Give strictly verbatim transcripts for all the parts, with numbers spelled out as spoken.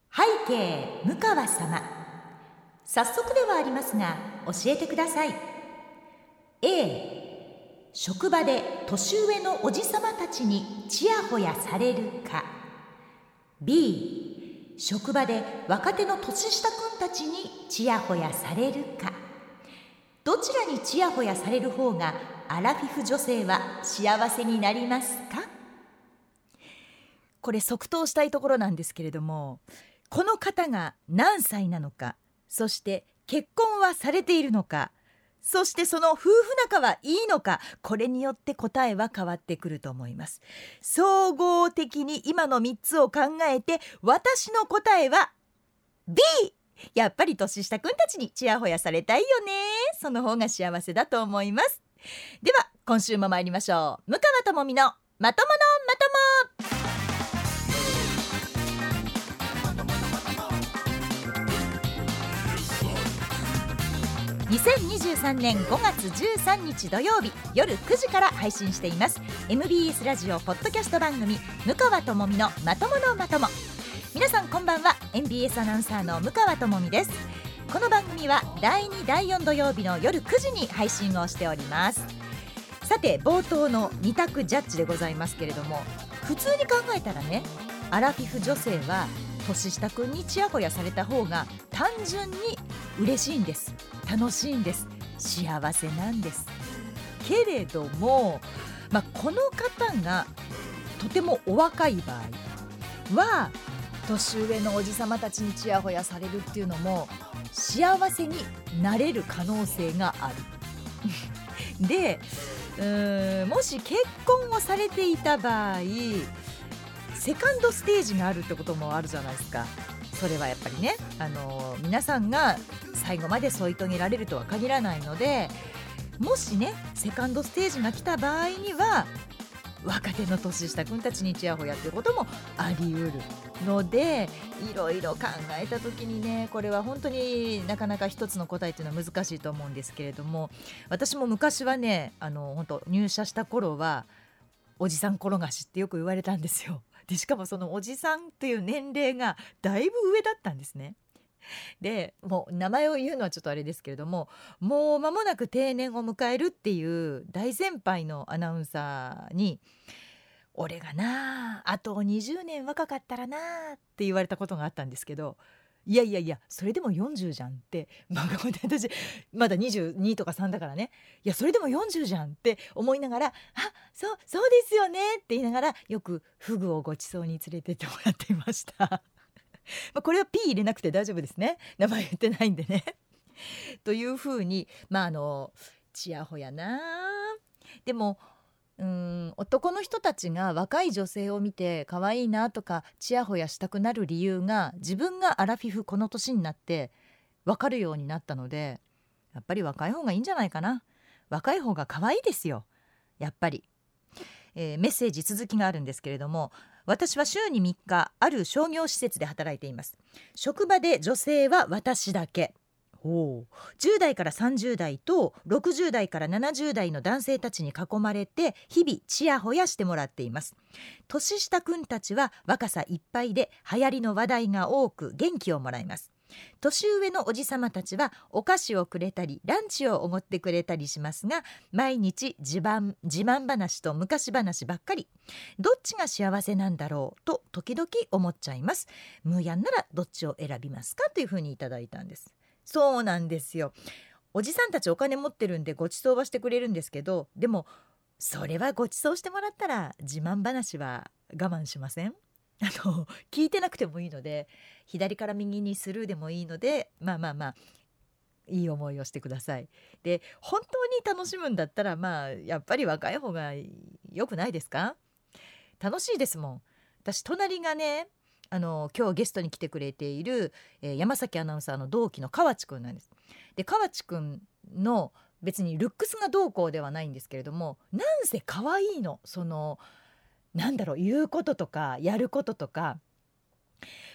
背景向川様。早速ではありますが教えてください。 A、 職場で年上のおじさまたちにちやほやされるか。 B、 職場で若手の年下くんたちにちやほやされるか。どちらにちやほやされる方がアラフィフ女性は幸せになりますか？ これ即答したいところなんですけれども、この方が何歳なのか、そして結婚はされているのか、そしてその夫婦仲はいいのか、これによって答えは変わってくると思います。総合的に今のみっつを考えて、私の答えは B。 やっぱり年下くんたちにちやほやされたいよね。その方が幸せだと思います。では今週も参りましょう。向川智美のまとものまとも。にせんにじゅうさんねんごがつじゅうさんにち土曜日夜くじから配信しています エムビーエス ラジオポッドキャスト番組向川智美のまとものまとも。皆さんこんばんは。 エムビーエス アナウンサーの向川智美です。この番組はだいにだいよん土曜日の夜くじに配信をしております。さて冒頭のに択ジャッジでございますけれども、普通に考えたらね、アラフィフ女性は年下くんにちやほやされた方が単純に嬉しいんです。楽しいんです。幸せなんです。けれども、まあ、この方がとてもお若い場合は年上のおじさまたちにちやほやされるっていうのも幸せになれる可能性があるで、うーんもし結婚をされていた場合、セカンドステージがあるってこともあるじゃないですか。それはやっぱりね、あの皆さんが最後まで添い遂げられるとは限らないので、もしねセカンドステージが来た場合には若手の年下くんたちにちやほやっていうこともあり得るので、いろいろ考えた時にね、これは本当になかなか一つの答えっていうのは難しいと思うんですけれども、私も昔はね、あの本当入社した頃はおじさん転がしってよく言われたんですよ。でしかもそのおじさんっていう年齢がだいぶ上だったんですね。でもう名前を言うのはちょっとあれですけれども、もう間もなく定年を迎えるっていう大先輩のアナウンサーに、俺がなあとにじゅうねん若かったらなって言われたことがあったんですけど、いやいやいやそれでもよんじゅうじゃんって、まあ、私まだにじゅうにとかさんだからね、いやそれでもよんじゅうじゃんって思いながら、あそうそうですよねって言いながら、よくフグをごちそうに連れてってもらっていましたまあこれは P 入れなくて大丈夫ですね、名前言ってないんでねというふうに、まああのちやほやな。でもうーん男の人たちが若い女性を見て可愛いなとかちやほやしたくなる理由が、自分がアラフィフこの年になって分かるようになったので、やっぱり若い方がいいんじゃないかな。若い方が可愛いですよやっぱり。えーメッセージ続きがあるんですけれども、私は週にみっかある商業施設で働いています。職場で女性は私だけ。ほうじゅう代からさんじゅう代とろくじゅう代からななじゅう代の男性たちに囲まれて日々ちやほやしてもらっています。年下くんたちは若さいっぱいで流行りの話題が多く元気をもらいます。年上のおじさまたちはお菓子をくれたりランチをおごってくれたりしますが、毎日自慢、自慢話と昔話ばっかり。どっちが幸せなんだろうと時々思っちゃいます。ムーヤンならどっちを選びますかというふうにいただいたんです。そうなんですよ。おじさんたちお金持ってるんでご馳走はしてくれるんですけど、でもそれはご馳走してもらったら自慢話は我慢しません？あの聞いてなくてもいいので、左から右にスルーでもいいので、まあまあまあいい思いをしてください。で本当に楽しむんだったら、まあやっぱり若い方が良くないですか？楽しいですもん。私隣がね、あの今日ゲストに来てくれている、えー山崎アナウンサーの同期の河内くんなんです。で河内くんの別にルックスがどうこうではないんですけれども、なんせ可愛いの。そのなんだろう、言うこととかやることとか、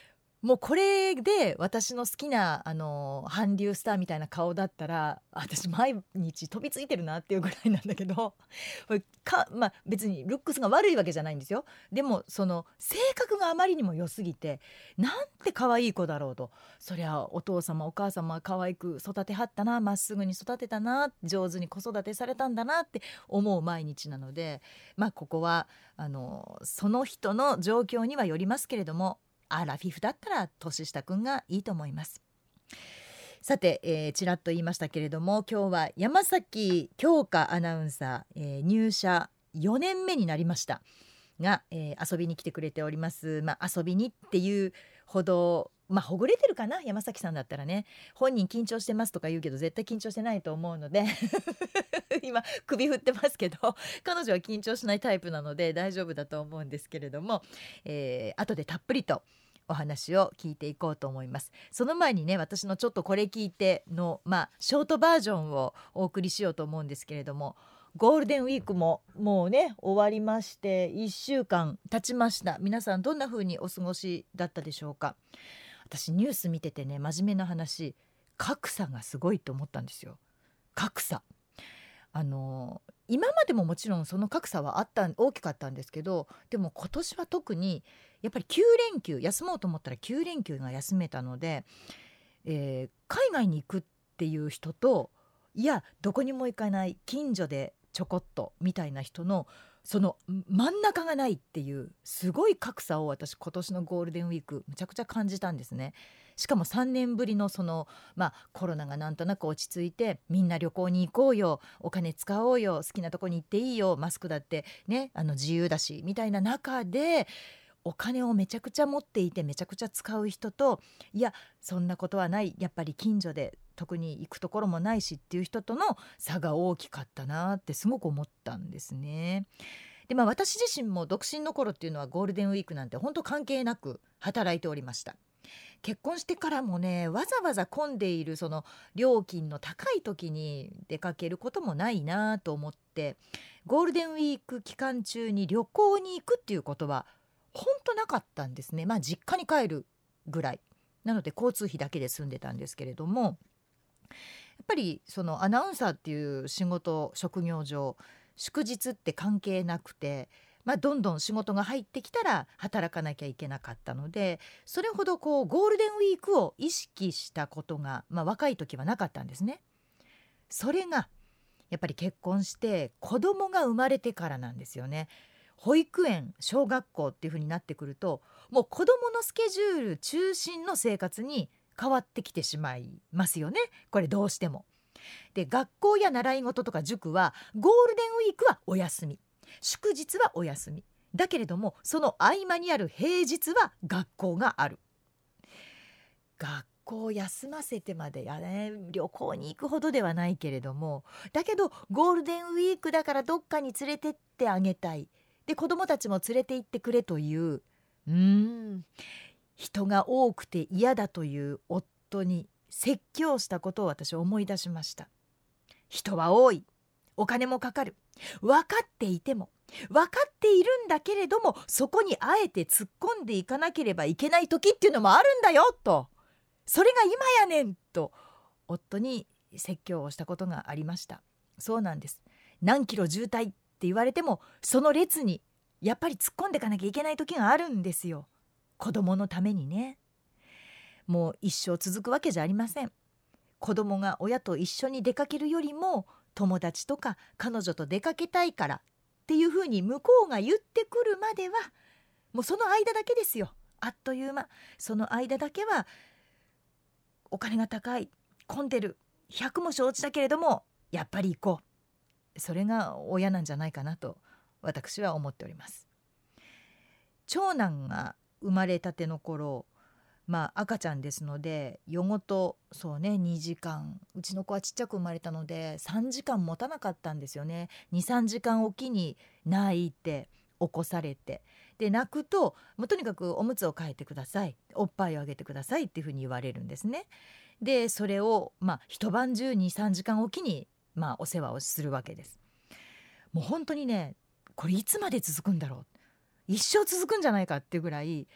もうこれで私の好きなあの韓流スターみたいな顔だったら私毎日飛びついてるなっていうぐらいなんだけどこれか、まあ、別にルックスが悪いわけじゃないんですよ。でもその性格があまりにも良すぎてなんて可愛い子だろうと、そりゃお父様お母様は可愛く育てはったな、まっすぐに育てたな、上手に子育てされたんだなって思う毎日なので、まあここはあのその人の状況にはよりますけれども、アラフィフだったら年下くんがいいと思います。さて、えー、ちらっと言いましたけれども、今日は山崎京香アナウンサー、えー、入社よねんめになりましたが、えー、遊びに来てくれております。まあ、遊びにっていうほど、まあ、ほぐれてるかな、山崎さんだったらね。本人緊張してますとか言うけど絶対緊張してないと思うので今首振ってますけど、彼女は緊張しないタイプなので大丈夫だと思うんですけれども、えー、後でたっぷりとお話を聞いていこうと思います。その前にね、私のちょっとこれ聞いての、まあ、ショートバージョンをお送りしようと思うんですけれども、ゴールデンウィークももうね終わりましていっしゅうかん経ちました。皆さんどんな風にお過ごしだったでしょうか。私ニュース見ててね、真面目な話、格差がすごいと思ったんですよ。格差、あの今までももちろんその格差はあった大きかったんですけど、でも今年は特にやっぱりきゅうれんきゅう休もうと思ったらきゅうれんきゅうが休めたので、えー、海外に行くっていう人と、いやどこにも行かない近所でちょこっとみたいな人のその真ん中がないっていうすごい格差を私今年のゴールデンウィークむちゃくちゃ感じたんですね。しかもさんねんぶりのその、まあ、コロナがなんとなく落ち着いて、みんな旅行に行こうよ、お金使おうよ、好きなとこに行っていいよ、マスクだってねあの自由だしみたいな中で、お金をめちゃくちゃ持っていてめちゃくちゃ使う人と、いやそんなことはない、やっぱり近所で特に行くところもないしっていう人との差が大きかったなってすごく思ったんですね。で、まあ、私自身も独身の頃っていうのはゴールデンウィークなんて本当関係なく働いておりました。結婚してからもね、わざわざ混んでいるその料金の高い時に出かけることもないなと思って、ゴールデンウィーク期間中に旅行に行くっていうことは本当なかったんですね。まあ実家に帰るぐらいなので交通費だけで済んでたんですけれども、やっぱりそのアナウンサーっていう仕事職業上祝日って関係なくて、まあ、どんどん仕事が入ってきたら働かなきゃいけなかったので、それほどこうゴールデンウィークを意識したことが、まあ、若い時はなかったんですね。それがやっぱり結婚して子供が生まれてからなんですよね。保育園小学校っていう風になってくると、もう子供のスケジュール中心の生活に変わってきてしまいますよね。これどうしても。で、学校や習い事とか塾はゴールデンウィークはお休み、祝日はお休みだけれども、その合間にある平日は学校がある。学校を休ませてまでや、ね、旅行に行くほどではないけれども、だけどゴールデンウィークだからどっかに連れてってあげたい、で子どもたちも連れて行ってくれという、うーん人が多くて嫌だという夫に説教したことを私は思い出しました。人は多い、お金もかかる、分かっていても分かっているんだけれども、そこにあえて突っ込んでいかなければいけない時っていうのもあるんだよと、それが今やねんと夫に説教をしたことがありました。そうなんです。何キロ渋滞って言われてもその列にやっぱり突っ込んでいかなきゃいけない時があるんですよ。子供のためにね。もう一生続くわけじゃありません。子供が親と一緒に出かけるよりも友達とか彼女と出かけたいからっていうふうに向こうが言ってくるまでは、もうその間だけですよ。あっという間。その間だけはお金が高い、混んでる、ひゃくも承知だけれどもやっぱり行こう、それが親なんじゃないかなと私は思っております。長男が生まれたての頃、まあ赤ちゃんですので夜ごとそうねにじかん、うちの子はちっちゃく生まれたのでさんじかん持たなかったんですよね。 にさんじかんおきに泣いて起こされて、で泣くともうとにかくおむつを替えてください、おっぱいをあげてくださいっていうふうに言われるんですね。でそれをまあ一晩中にさんじかんおきにまあお世話をするわけです。もう本当にね、これいつまで続くんだろう、一生続くんじゃないかっていうぐらい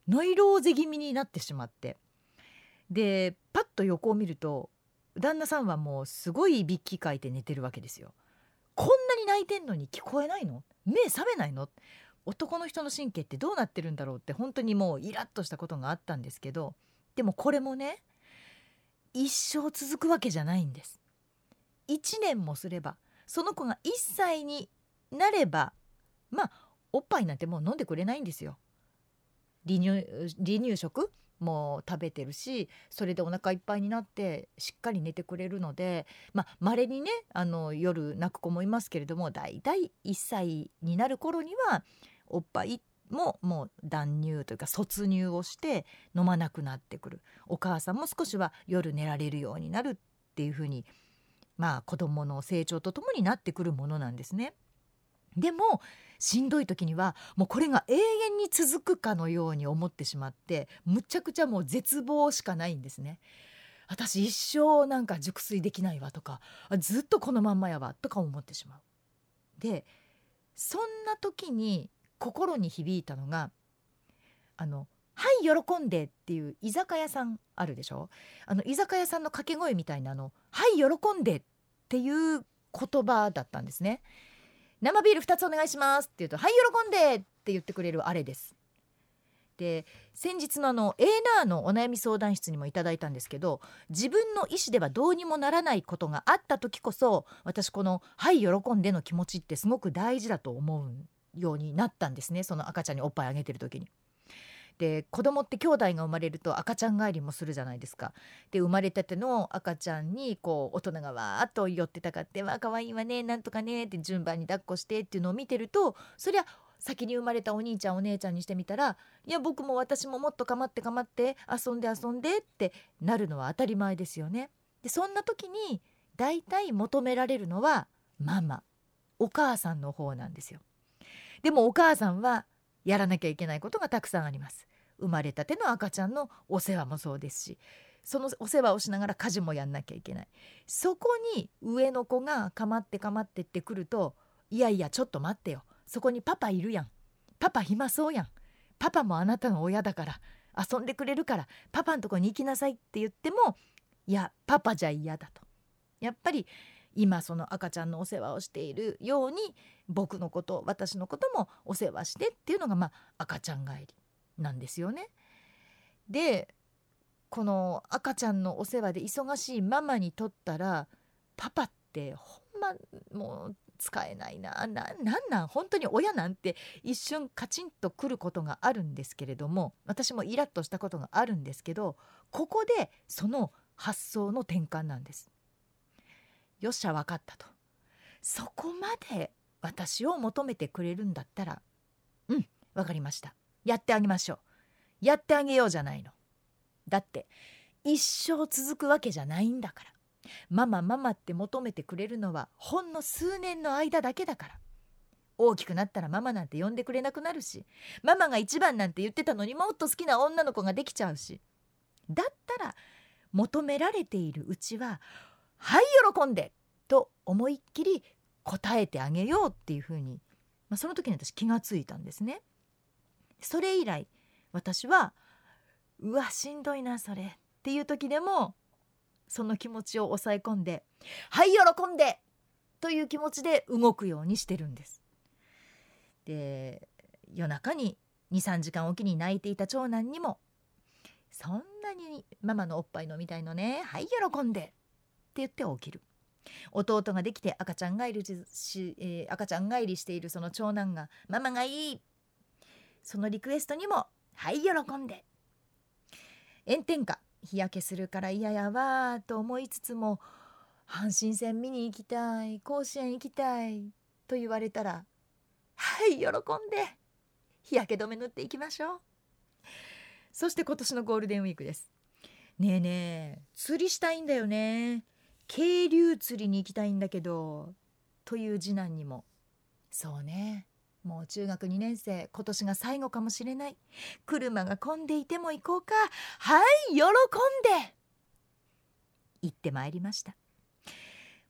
ノイローゼ気味になってしまって、でパッと横を見ると旦那さんはもうすごいいびきかいて寝てるわけですよ。こんなに泣いてんのに聞こえないの？目覚めないの？男の人の神経ってどうなってるんだろうって本当にもうイラッとしたことがあったんですけど、でもこれもね一生続くわけじゃないんです。いちねんもすればその子がいっさいになればまあおっぱいなんてもう飲んでくれないんですよ。離乳、離乳食も食べてるし、それでお腹いっぱいになってしっかり寝てくれるので、まあ稀にねあの夜泣く子もいますけれども、だいたいいっさいになる頃にはおっぱいももう断乳というか卒乳をして飲まなくなってくる。お母さんも少しは夜寝られるようになるっていうふうに、まあ子供の成長とともになってくるものなんですね。でもしんどい時にはもうこれが永遠に続くかのように思ってしまって、むちゃくちゃもう絶望しかないんですね。私一生なんか熟睡できないわとか、ずっとこのまんまやわとか思ってしまう。でそんな時に心に響いたのが、あのはい喜んでっていう居酒屋さんあるでしょ。あの居酒屋さんの掛け声みたいなの、はい喜んでっていう言葉だったんですね。生ビールふたつお願いしますって言うと、はい喜んでって言ってくれるあれです。で先日のあの エーナー のお悩み相談室にもいただいたんですけど、自分の意思ではどうにもならないことがあった時こそ、私このはい喜んでの気持ちってすごく大事だと思うようになったんですね。その赤ちゃんにおっぱいあげてる時に。で子供って兄弟が生まれると赤ちゃん帰りもするじゃないですか。で生まれたての赤ちゃんにこう大人がわーっと寄ってたかって、わーかわいいわねなんとかねって順番に抱っこしてっていうのを見てると、そりゃ先に生まれたお兄ちゃんお姉ちゃんにしてみたら、いや僕も私ももっとかまってかまって遊んで遊んでってなるのは当たり前ですよね。でそんな時にだいたい求められるのはママ、お母さんの方なんですよ。でもお母さんはやらなきゃいけないことがたくさんあります。生まれたての赤ちゃんのお世話もそうですし、そのお世話をしながら家事もやんなきゃいけない。そこに上の子がかまってかまってってくると、いやいやちょっと待ってよ、そこにパパいるやん、パパ暇そうやん、パパもあなたの親だから遊んでくれるからパパのとこに行きなさいって言っても、いやパパじゃ嫌だと。やっぱり今その赤ちゃんのお世話をしているように僕のこと私のこともお世話してっていうのがまあ赤ちゃん帰りなんですよね。でこの赤ちゃんのお世話で忙しいママにとったら、パパってほんまもう使えないな、な、なんなん本当に親なんて一瞬カチンとくることがあるんですけれども、私もイラッとしたことがあるんですけど、ここでその発想の転換なんです。よっしゃ分かったと。そこまで私を求めてくれるんだったら、うん分かりました、やってあげましょう、やってあげようじゃないの。だって一生続くわけじゃないんだから。ママママって求めてくれるのはほんの数年の間だけだから。大きくなったらママなんて呼んでくれなくなるし、ママが一番なんて言ってたのにもっと好きな女の子ができちゃうし、だったら求められているうちははい喜んでと思いっきり答えてあげようっていうふうに、まあ、その時に私気がついたんですね。それ以来私はうわしんどいなそれっていう時でもその気持ちを抑え込んで、はい喜んでという気持ちで動くようにしてるんです。で夜中に にさんじかんおきに泣いていた長男にも、そんなにママのおっぱい飲みたいのね、はい喜んでって言って起きる。弟ができて赤ちゃん帰りし、えー、赤ちゃん帰りしているその長男がママがいい、そのリクエストにもはい喜んで。炎天下日焼けするから嫌やわと思いつつも、阪神戦見に行きたい、甲子園行きたいと言われたら、はい喜んで日焼け止め塗っていきましょう。そして今年のゴールデンウィークです。ねえねえ釣りしたいんだよね、渓流釣りに行きたいんだけどという次男にも、そうねもう中学にねん生、今年が最後かもしれない、車が混んでいても行こうか、はい喜んで行ってまいりました。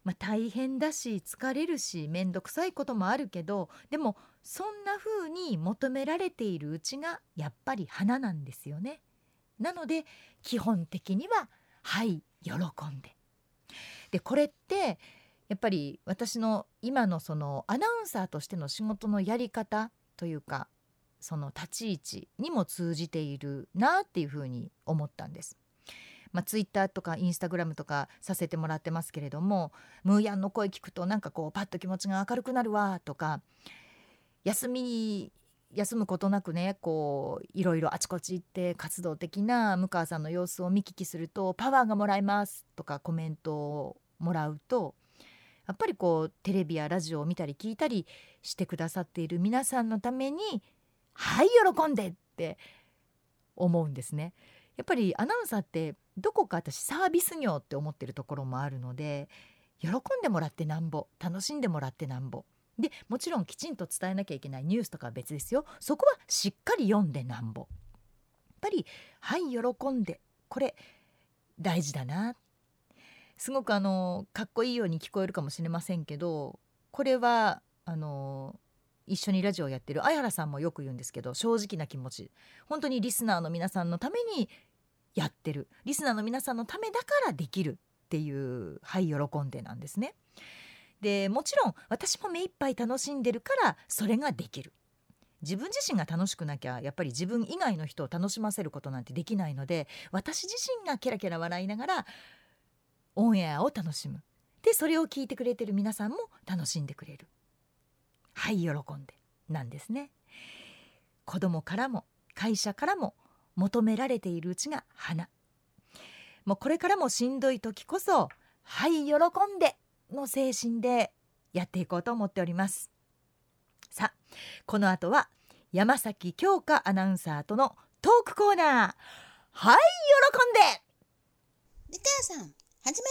まあ、大変だし疲れるしめんどくさいこともあるけど、でもそんな風に求められているうちがやっぱり花なんですよね。なので基本的にははい喜んで。でこれってやっぱり私の今のそのアナウンサーとしての仕事のやり方というか、その立ち位置にも通じているなっていうふうに思ったんです。まあ、ツイッターとかインスタグラムとかさせてもらってますけれども、ムーヤンの声聞くとなんかこうパッと気持ちが明るくなるわとか、休み休むことなくねこういろいろあちこち行って活動的な向川さんの様子を見聞きするとパワーがもらえますとかコメントをもらうと、やっぱりこうテレビやラジオを見たり聞いたりしてくださっている皆さんのためにはい喜んでって思うんですね。やっぱりアナウンサーってどこか私サービス業って思ってるところもあるので、喜んでもらってなんぼ、楽しんでもらってなんぼで、もちろんきちんと伝えなきゃいけないニュースとかは別ですよ。そこはしっかり読んでなんぼ。やっぱりはい喜んで、これ大事だな。すごくあのかっこいいように聞こえるかもしれませんけど、これはあの一緒にラジオをやってる相原さんもよく言うんですけど、正直な気持ち、本当にリスナーの皆さんのためにやってる、リスナーの皆さんのためだからできるっていうはい喜んでなんですね。でもちろん私も目いっぱい楽しんでるからそれができる。自分自身が楽しくなきゃやっぱり自分以外の人を楽しませることなんてできないので、私自身がケラケラ笑いながらオンエアを楽しむ。でそれを聞いてくれてる皆さんも楽しんでくれる。はい喜んでなんですね。子供からも会社からも求められているうちが花。もうこれからもしんどい時こそはい喜んでの精神でやっていこうと思っております。さあこの後は山崎京香アナウンサーとのトークコーナー、はい喜んで。 みかやさん始まるで。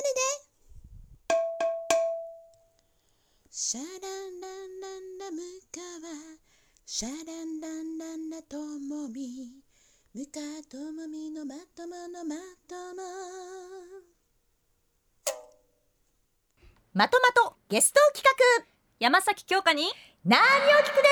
シャランランランラムカワ、シャランランランラともみ、ムカともみのまとものまとも。 まとまとゲスト企画、 山崎京香に何を聞くね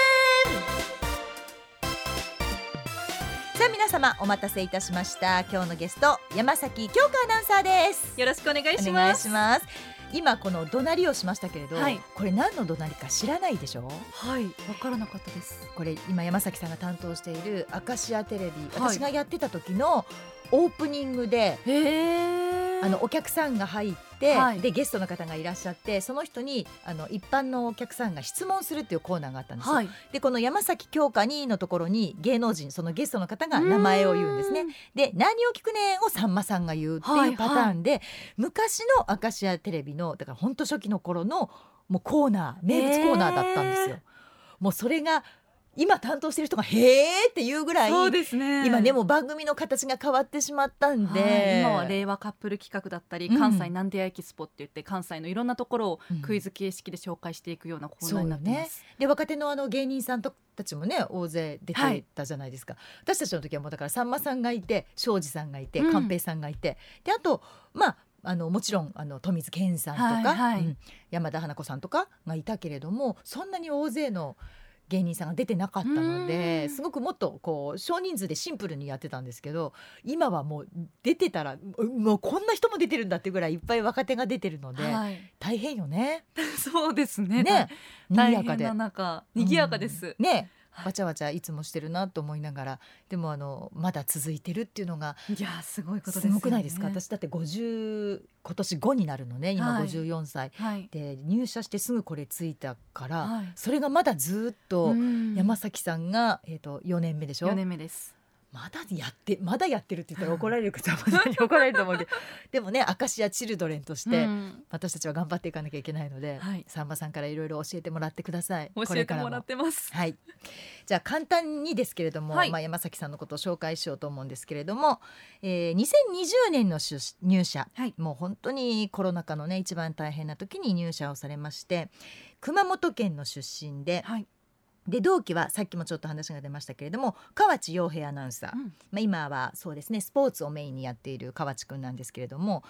ー。さあ皆様お待たせいたしました。今日のゲスト山崎京香アナウンサーです。 よろしくお願いします。 お願いします。今この怒鳴りをしましたけれど、 はい、 これ何の怒鳴りか知らないでしょ。 はい、分からなかったです。 これ今山崎さんが担当しているアカシアテレビ、私がやってた時のオープニングで、 へー、 あのお客さんが入って、 はい、 でゲストの方がいらっしゃって、その人にあの一般のお客さんが質問するっていうコーナーがあったんですよ、はい、でこの山崎京香にのところに芸能人、そのゲストの方が名前を言うんですね。で何を聞くねをさんまさんが言うっていうパターンで、はいはい、昔のアカシアテレビのだから本当初期の頃のもうコーナー、名物コーナーだったんですよ。もうそれが今担当してる人がへーっていうぐらい、 そうですね、 今ねもう番組の形が変わってしまったんで、はい、 今は令和カップル企画だったり、うん、関西なんでやエキスポって言って関西のいろんなところをクイズ形式で紹介していくようなコーナーになってます、うんね、 で若手のあの芸人さんたちもね大勢出てたじゃないですか、はい、私たちの時はもうだからさんまさんがいて、庄司さんがいて、寛平さんがいて、であとまああのもちろんあの富津健さんとか、はいはい、うん、山田花子さんとかがいたけれども、そんなに大勢の芸人さんが出てなかったので、すごくもっとこう少人数でシンプルにやってたんですけど、今はもう出てたらもうこんな人も出てるんだっていうぐらいいっぱい若手が出てるので、はい、大変よね。 そうですね、 ね、賑やかで大変な中賑やかです、 うん、ね、わちゃわちゃいつもしてるなと思いながら、でもあのまだ続いてるっていうのがいやすごいことですよね。 すごくないですか。私だってごじゅう今年ごになるのね、今ごじゅうよんさい、はい、で入社してすぐこれついたから、はい、それがまだずっと山崎さんが、えーとよねんめでしょ。 よねんめです。 まだやってまだやってるって言ったら怒られる方は怒られると思うけどでもねアカシアチルドレンとして私たちは頑張っていかなきゃいけないので、はい、さんまさんからいろいろ教えてもらってください。 教えてもらってます、 はい、じゃあ簡単にですけれども、はい、まあ、山崎さんのことを紹介しようと思うんですけれども、えー、にせんにじゅうねんの入社、はい、もう本当にコロナ禍のね一番大変な時に入社をされまして、熊本県の出身で、はい、で同期はさっきもちょっと話が出ましたけれども河内洋平アナウンサー、うん、まあ、今はそうですねスポーツをメインにやっている河内くんなんですけれども、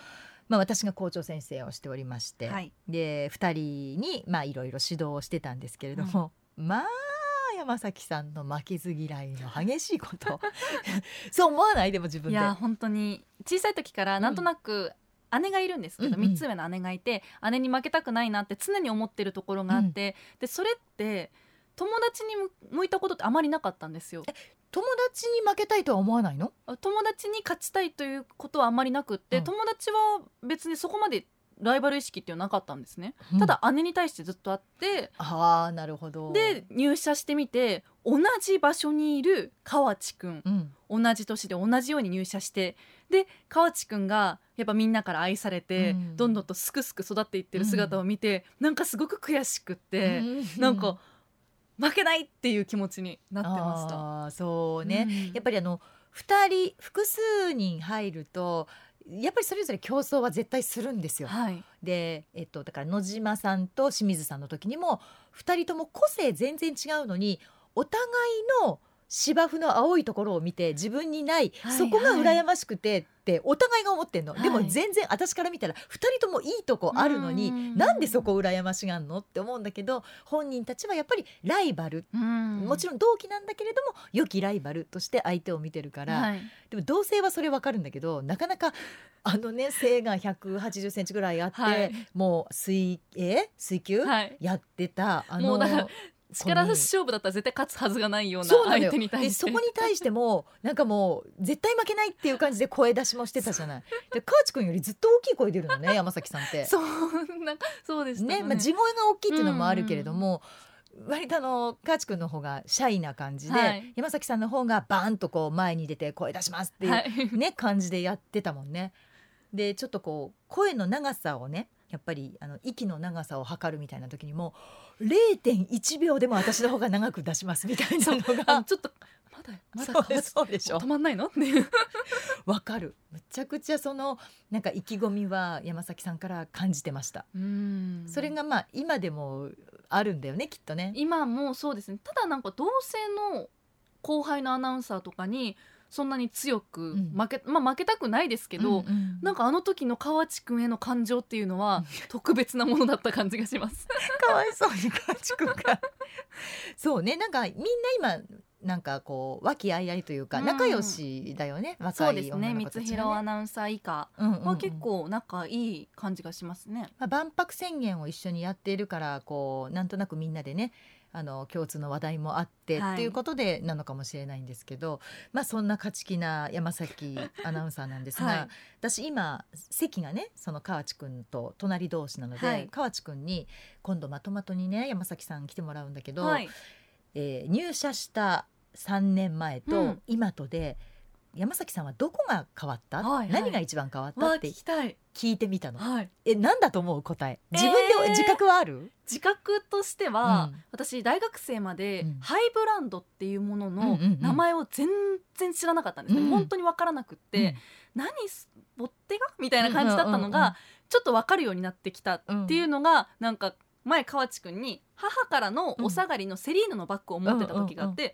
まあ、私が校長先生をしておりまして、 はい、 でふたりにまあいろいろ指導をしてたんですけれども、うん、まあ山崎さんの負けず嫌いの激しいことそう思わない？でも自分で。 いや本当に小さい時からなんとなく、うん、姉がいるんですけど、うんうん、みっつ上の姉がいて、姉に負けたくないなって常に思ってるところがあって、うん、でそれって友達に向いたことってあまりなかったんですよ。 え友達に負けたいとは思わないの？ 友達に勝ちたいということはあまりなくって、うん、友達は別にそこまでライバル意識っていうのはなかったんですね、うん、ただ姉に対してずっとあって、 あーなるほど。 で入社してみて同じ場所にいる河内くん、うん、同じ年で同じように入社して、で河内くんがやっぱみんなから愛されて、うん、どんどんとすくすく育っていってる姿を見て、うん、なんかすごく悔しくって、うん、なんか負けないっていう気持ちになってました。 あそうね、うん、やっぱりあのふたり複数人入るとやっぱりそれぞれ競争は絶対するんですよ、 はい、 で、えっと、だから野島さんと清水さんの時にもふたりとも個性全然違うのにお互いの芝生の青いところを見て自分にない、はい、そこが羨ましくてってお互いが思ってんの、はい、でも全然私から見たらふたりともいいとこあるのになんでそこ羨ましがんのって思うんだけど、本人たちはやっぱりライバル、もちろん同期なんだけれども良きライバルとして相手を見てるから、はい、でも同性はそれ分かるんだけどなかなかあのね背がひゃくはちじゅっセンチぐらいあって、はい、もう水泳水球、はい、やってたあのもうだから力勝負だったら絶対勝つはずがないような相手に対してそ, そこに対してもなんかもう絶対負けないっていう感じで声出しもしてたじゃないで河内くんよりずっと大きい声出るのね山崎さんってそうなんかそうでしたね、 ねまあ、地声が大きいっていうのもあるけれども、うんうん、割とあの河内くんの方がシャイな感じで、はい、山崎さんの方がバーンとこう前に出て声出しますっていう、ねはい、感じでやってたもんね。でちょっとこう声の長さをねやっぱりあの息の長さを測るみたいな時にも れいてんいちびょうでも私の方が長く出しますみたいなのがちょっとまだまだそうそうでしょ止まんないのっていうわかる。めちゃくちゃそのなんか意気込みは山崎さんから感じてました。うーんそれがまあ今でもあるんだよねきっとね。 今もそうですね。ただなんか同性の後輩のアナウンサーとかにそんなに強く負け、うんまあ、負けたくないですけど、うんうん、なんかあの時の河内くんへの感情っていうのは特別なものだった感じがしますかわいそうに河内くんがそうねなんかみんな今なんかこう和気あいあいというか仲良しだよね、うん、若い女の子たちはね。 そうですね。光弘アナウンサー以下は結構仲いい感じがしますね、 まあ、万博宣言を一緒にやっているからこうなんとなくみんなでねあの共通の話題もあって、はい、っていうことでなのかもしれないんですけど、まあ、そんな勝ち気な山崎アナウンサーなんですが、はい、私今席がねその河内くんと隣同士なので、はい、河内くんに今度まとまとにね山崎さん来てもらうんだけど、はいえー、入社したさんねんまえと今とで、うん、山崎さんはどこが変わった、はいはい、何が一番変わったって聞いてみたの、はい、え何だと思う答え自分で自覚はある、えー、 自覚としては、うん、私大学生までハイブランドっていうものの名前を全然知らなかったんですね、うんうんうん、本当に分からなくって、うん、何ボッテガみたいな感じだったのが、うんうんうんうん、ちょっと分かるようになってきたっていうのが、うん、なんか前河内くんに母からのお下がりのセリーヌのバッグを持ってた時があって、うんうんうん、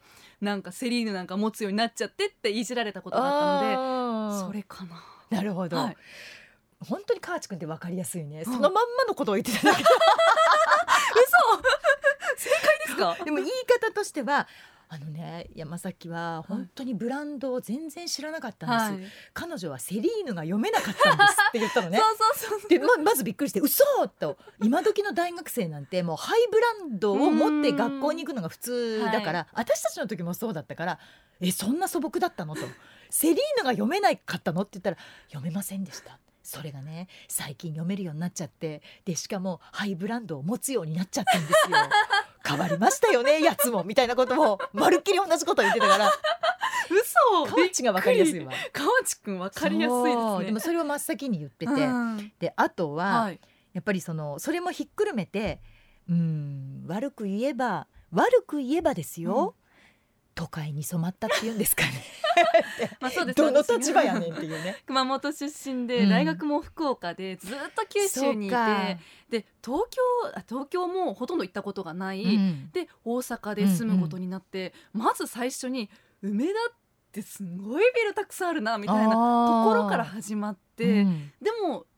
なんかセリーヌなんか持つようになっちゃってっていじられたことがあったのでそれかな。 なるほど、はい、本当に河内くんって分かりやすいね、うん、そのまんまのことを言ってただけ嘘正解ですかでも言い方としてはあのね山崎は本当にブランドを全然知らなかったんです、はい、彼女はセリーヌが読めなかったんですって言ったのねそうそうそうで ま, まずびっくりして嘘と今時の大学生なんてもうハイブランドを持って学校に行くのが普通だから、はい、私たちの時もそうだったからえそんな素朴だったのとセリーヌが読めなかったのって言ったら読めませんでした。それがね最近読めるようになっちゃってでしかもハイブランドを持つようになっちゃったんですよ変わりましたよねやつもみたいなことをまるっきり同じこと言ってたから嘘河内が分かりやすいわ。 河内くん分かりやすいですね。 でもそれを真っ先に言ってて、うん、であとは、はい、やっぱりそのそれもひっくるめてうーん悪く言えば悪く言えばですよ、うん、都会に染まったっていうんですかねまあそうです。どの立場やねんっていうね熊本出身で、うん、大学も福岡でずっと九州にいてで東京東京もほとんど行ったことがない、うん、で大阪で住むことになって、うんうん、まず最初に梅田ってすごいビルたくさんあるなみたいなところから始まって、うん、でも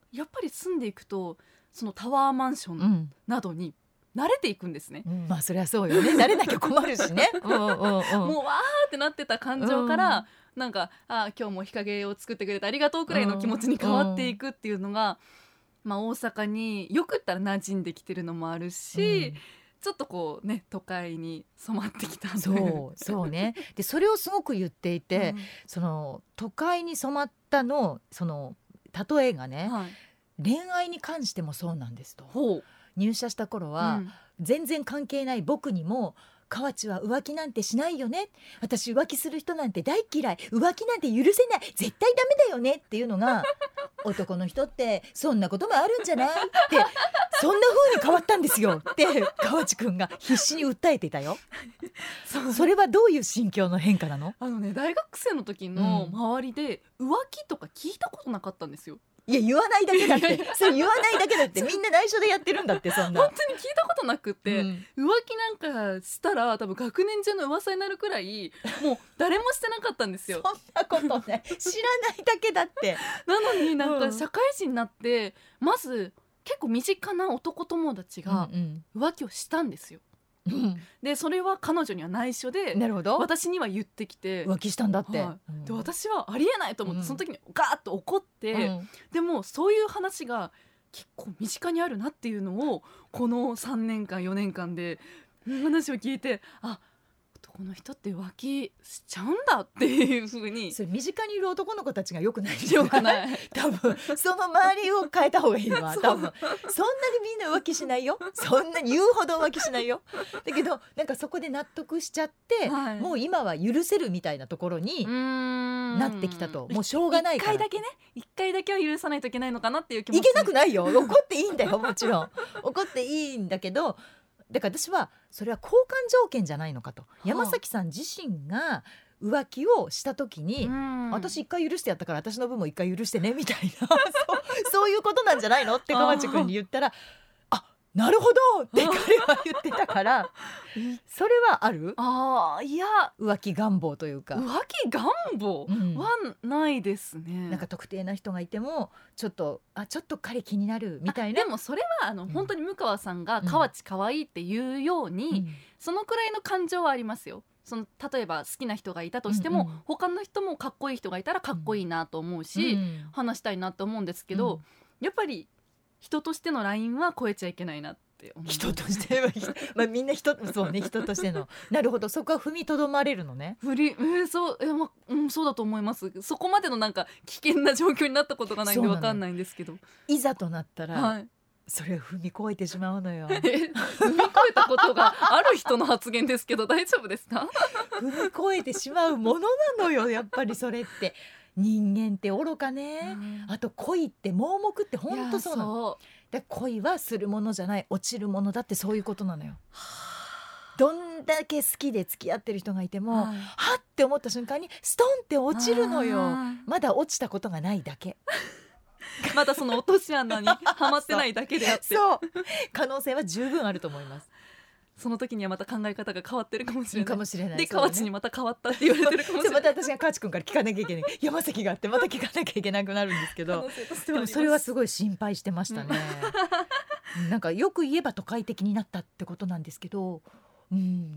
やっぱり住んでいくとそのタワーマンションなどに慣れていくんですね、 うん、まあそりゃそうよね慣れなきゃ困るしねうんうん、うん、もうわーってなってた感情から、うん、なんかあ今日も日陰を作ってくれてありがとうくらいの気持ちに変わっていくっていうのが、うん、まあ、大阪によく言ったら馴染んできてるのもあるし、うん、ちょっとこうね都会に染まってきたんでそうそうねでそれをすごく言っていて、うん、その都会に染まったのその例えがね、はい、恋愛に関してもそうなんですと。 ほう入社した頃は、うん、全然関係ない僕にも河内は浮気なんてしないよね、私浮気する人なんて大嫌い、浮気なんて許せない、絶対ダメだよねっていうのが男の人ってそんなこともあるんじゃないってそんな風に変わったんですよって河内くんが必死に訴えていたよそ, それはどういう心境の変化なの？ あのね、大学生の時の周りで浮気とか聞いたことなかったんですよ。 いや言わないだけだってそれ言わないだけだってみんな内緒でやってるんだってそんな本当に聞いたことなくて、うん、浮気なんかしたら多分学年中の噂になるくらいもう誰もしてなかったんですよそんなことね知らないだけだってなのになんか社会人になって、うん、まず結構身近な男友達が浮気をしたんですよ、うんうん、でそれは彼女には内緒でなるほど私には言ってきて浮気したんだって、 はい、で私はありえないと思って、うん、その時にガーッと怒って、うん、でもそういう話が結構身近にあるなっていうのをこのさんねんかんよねんかんで話を聞いて、あ男の人って浮気しちゃうんだっていう風に。 それ身近にいる男の子たちが良くない良くない多分その周りを変えた方がいいわ多分そんなにみんな浮気しないよそんなに言うほど浮気しないよだけどなんかそこで納得しちゃって、はい、もう今は許せるみたいなところになってきたと。もうしょうがないから一回だけね一回だけは許さないといけないのかなっていう気持ち。 いけなくないよ怒っていいんだよもちろん怒っていいんだけどだから私はそれは交換条件じゃないのかと、はあ、山崎さん自身が浮気をした時に、うん、私一回許してやったから私の分も一回許してねみたいなそう、そういうことなんじゃないのって河内くんに言ったらあなるほどって彼は言ってたからそれはある？ あいや浮気願望というか浮気願望はないですね、うん、 なんか特定な人がいてもちょっとあちょっと彼気になるみたいな。 でもそれはあの、うん、本当に向川さんが河内可愛いっていうように、うん、そのくらいの感情はありますよ。その例えば好きな人がいたとしても、うんうん、他の人もかっこいい人がいたらかっこいいなと思うし、うん、話したいなと思うんですけど、うん、やっぱり人としてのラインは超えちゃいけないなって思う。 人としては、まあ、みんな人そうね人としてのなるほどそこは踏みとどまれるのね。 ふり、えーそうえーまうん、そうだと思います。そこまでのなんか危険な状況になったことがないんで分かんないんですけど、 いざとなったら、 はい、 それを踏み越えてしまうのよ。 踏み越えたことがある人の発言ですけど大丈夫ですか？ 踏み越えてしまうものなのよやっぱりそれって人間って愚かね、うん、あと恋って盲目って本当そうなの。で恋はするものじゃない落ちるものだってそういうことなのよ。どんだけ好きで付き合ってる人がいても、はい、はって思った瞬間にストンって落ちるのよ。まだ落ちたことがないだけまだその落とし穴にはまってないだけであってそう可能性は十分あると思います。 その時にはまた考え方が変わってるかもしれないかもしれない。 で河内にまた変わったって言われてるかもしれないまた私が河内くんから聞かなきゃいけない山崎があってまた聞かなきゃいけなくなるんですけどでもそれはすごい心配してましたね、うん、なんかよく言えば都会的になったってことなんですけど、うん、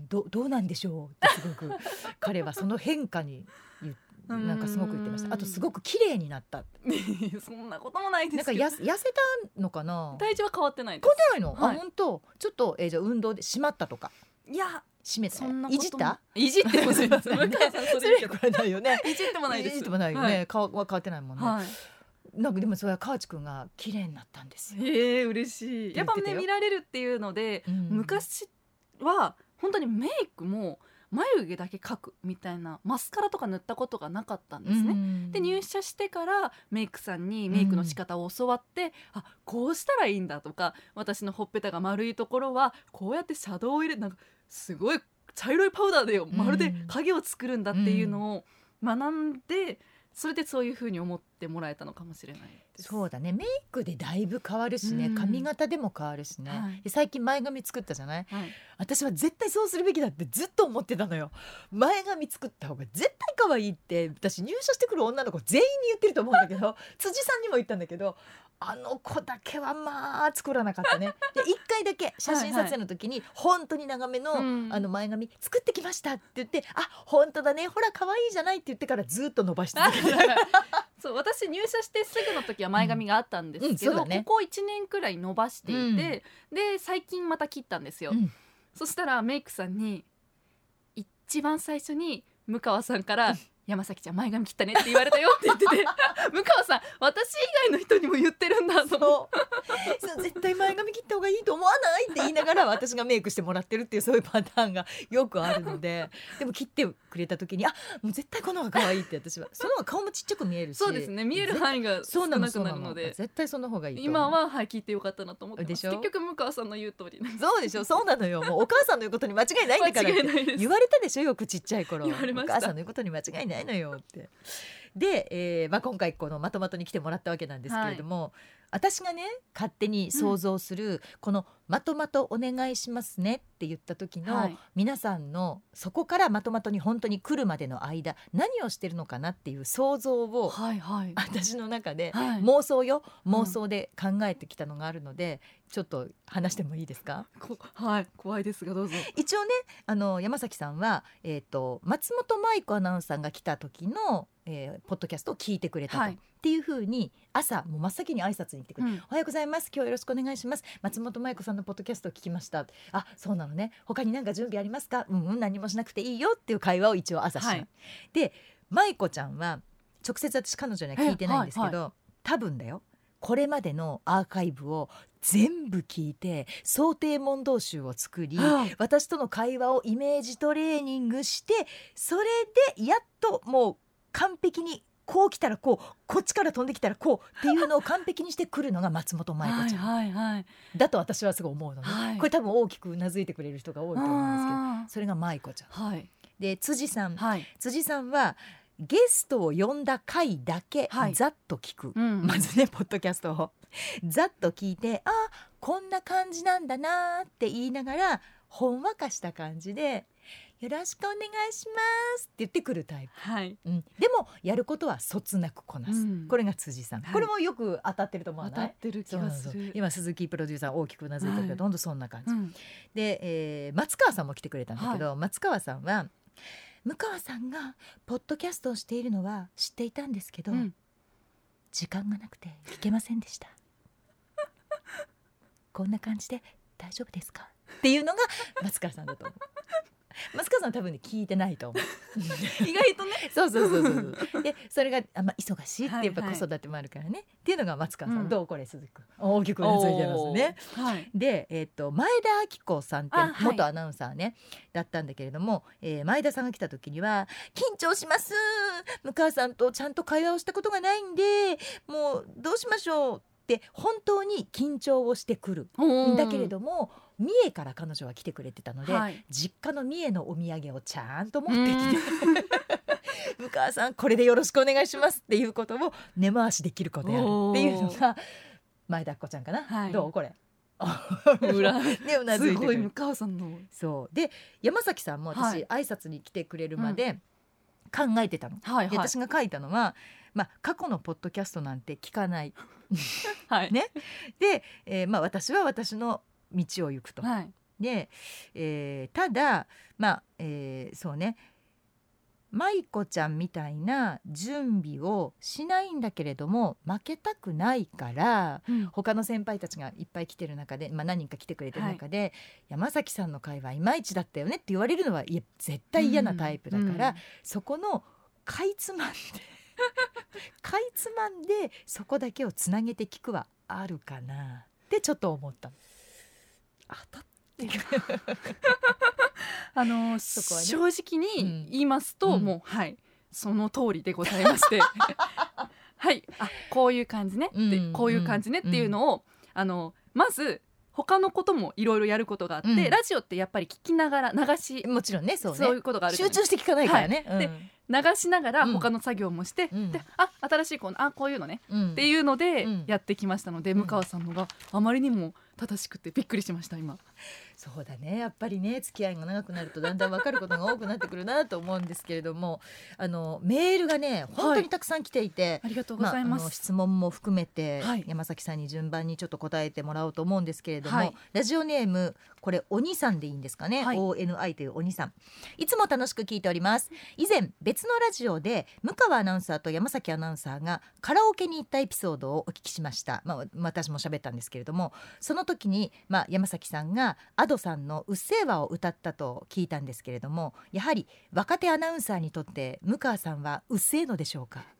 ど, どうなんでしょうってすごく彼はその変化に言ってなんかすごく言ってました。あとすごく綺麗になったそんなこともないですけどなんか痩せたのかな。 体重は変わってないです。 変わってないの、はい、あ本当ちょっと、えー、じゃあ運動で締まったとか。 いや締めたそんないじったいじってもないですそれこれないよねいじってもないです。 いじってもないよね、はい、顔は変わってないもんね、 はい、 なんかでもそれは河内くんが綺麗になったんですよ。 えー、嬉しい。やっぱね見られるっていうので、うん、昔は本当にメイクも眉毛だけ描くみたいなマスカラとか塗ったことがなかったんですね、うん、で入社してからメイクさんにメイクの仕方を教わって、うん、あこうしたらいいんだとか私のほっぺたが丸いところはこうやってシャドウを入れなんかすごい茶色いパウダーでまるで影を作るんだっていうのを学んで、それでそういう風に思ってもらえたのかもしれないです。 そうだねメイクでだいぶ変わるしね、うん、髪型でも変わるしね、はい、最近前髪作ったじゃない、はい、私は絶対そうするべきだってずっと思ってたのよ。前髪作った方が絶対可愛いって私入社してくる女の子全員に言ってると思うんだけど辻さんにも言ったんだけどあの子だけはまあ作らなかったね。でいっかいだけ写真撮影の時に本当に長めの、 うん、 あの前髪作ってきましたって言って、あ本当だねほら可愛いじゃないって言ってからずっと伸ばし続けてそう私入社してすぐの時は前髪があったんですけど、うんうんね、ここいちねんくらい伸ばしていて、うん、で最近また切ったんですよ、うん、そしたらメイクさんに一番最初に向川さんから山崎ちゃん前髪切ったねって言われたよって言ってて向川さん私以外の人にも言ってるんだと思うそう絶対前髪切った方がいいと思わないって言いながら私がメイクしてもらってるっていうそういうパターンがよくあるのででも切ってくれた時にあもう絶対この方が可愛いって私はその方が顔もちっちゃく見えるしそうですね見える範囲が少なくなるので絶対その方がいいと思う。 今は、はい、切ってよかったなと思ってます。でしょ結局向川さんの言う通りそうでしょそうなのよもうお母さんの言うことに間違いないんだからって言われたでしょよくちっちゃい頃言われました。 お母さんの言うことに間違いないのよってで、えーまあ、今回このまとまとに来てもらったわけなんですけれども、はい、私がね勝手に想像する、うん、このまとまとお願いしますねって言った時の、はい、皆さんのそこからまとまとに本当に来るまでの間何をしてるのかなっていう想像を、はいはい、私の中で、はい、妄想よ妄想で考えてきたのがあるので、うん、ちょっと話してもいいですか。 はい怖いですがどうぞ。 一応ねあの山崎さんは、えーと、松本舞子アナウンサーが来た時のえー、ポッドキャストを聞いてくれたと、はい、っていう風に朝もう真っ先に挨拶に来てくれて、うん、おはようございます今日よろしくお願いします松本舞子さんのポッドキャストを聞きました。あそうなのね他に何か準備ありますか。うんうん何もしなくていいよっていう会話を一応朝しない、はい、で舞子ちゃんは直接私彼女には聞いてないんですけど、はいはい、多分だよこれまでのアーカイブを全部聞いて想定問答集を作り、うん、私との会話をイメージトレーニングしてそれでやっともう完璧にこう来たらこうこっちから飛んできたらこうっていうのを完璧にしてくるのが松本舞子ちゃんはいはい、はい、だと私はすごい思うのね、はい、これ多分大きくうなずいてくれる人が多いと思うんですけどそれが舞子ちゃん、はい、で辻さん、はい、辻さんはゲストを呼んだ回だけざっと聞く、はいうん、まずねポッドキャストをざっと聞いてあこんな感じなんだなって言いながらほんわかした感じでよろしくお願いしますって言ってくるタイプ、はいうん、でもやることはそつなくこなす、うん、これが辻さん、はい、これもよく当たってると思わない。 当たってる気がする。 そうそう今鈴木プロデューサー大きくうなずいてるけど、はい、どんどんそんな感じ、うん、で、えー、松川さんも来てくれたんだけど、はい、松川さんは向川さんがポッドキャストをしているのは知っていたんですけど、うん、時間がなくて聞けませんでしたこんな感じで大丈夫ですかっていうのが松川さんだと思う松川さんは多分ね聞いてないと思う意外とねそうそうそうそうでそれがあ、まあ、忙しいってやっぱ子育てもあるからね、はいはい、っていうのが松川さん、うん、どうこれ鈴木君大きくうなずいてますね、はい、で、えー、と前田明子さんって元アナウンサーね、はい、だったんだけれども、えー、前田さんが来た時には緊張します向川さんとちゃんと会話をしたことがないんでもうどうしましょうって本当に緊張をしてくるんだけれども三重から彼女は来てくれてたので、はい、実家の三重のお土産をちゃんと持ってきて向川さんこれでよろしくお願いしますっていうことを根回しできる子であるっていうのが前田っ子ちゃんかな、はい、どうこれ裏ねうなずいてくるすごい向川さんのそうで山崎さんも私、はい、挨拶に来てくれるまで考えてたの、はいはい、で私が書いたのは、まあ、過去のポッドキャストなんて聞かない、はいね、で、えーまあ、私は私の道を行くと、はい、で、えー、ただまあ、えー、そうね舞子ちゃんみたいな準備をしないんだけれども負けたくないから、うん、他の先輩たちがいっぱい来てる中で、まあ、何人か来てくれてる中で、はい、山崎さんの会はいまいちだったよねって言われるのはいや絶対嫌なタイプだから、うん、そこのかいつまんでかいつまんでそこだけをつなげて聞くはあるかなってちょっと思った当たってるあのそこは、ね、正直に言いますと、うん、もうはいその通りでございましてはいあこういう感じねって、うん、こういう感じねっていうのを、うん、あのまず他のこともいろいろやることがあって、うん、ラジオってやっぱり聞きながら流しもちろんねそうねそういうことがある集中して聞かないからね、 はいうん、で流しながら他の作業もして、うん、であ新しいコーナーあこういうのね、うん、っていうのでやってきましたので、うん、向川さんのがあまりにも正しくてびっくりしました今。 そうだね、やっぱりね付き合いが長くなるとだんだん分かることが多くなってくるなと思うんですけれども、あのメールがね本当にたくさん来ていて、はい、 ありがとうございます、 まあ、あの質問も含めて、 はい、 山崎さんに順番にちょっと答えてもらおうと思うんですけれども、はい、ラジオネームこれ鬼さんでいいんですかね、はい、オーエヌアイ という鬼さん、いつも楽しく聞いております。以前別のラジオで向川アナウンサーと山崎アナウンサーがカラオケに行ったエピソードをお聞きしました。まあ、私も喋ったんですけれども、その時に、まあ、山崎さんが Ado さんのうっせぇわを歌ったと聞いたんですけれども、やはり若手アナウンサーにとって向川さんはうっせぇのでしょうか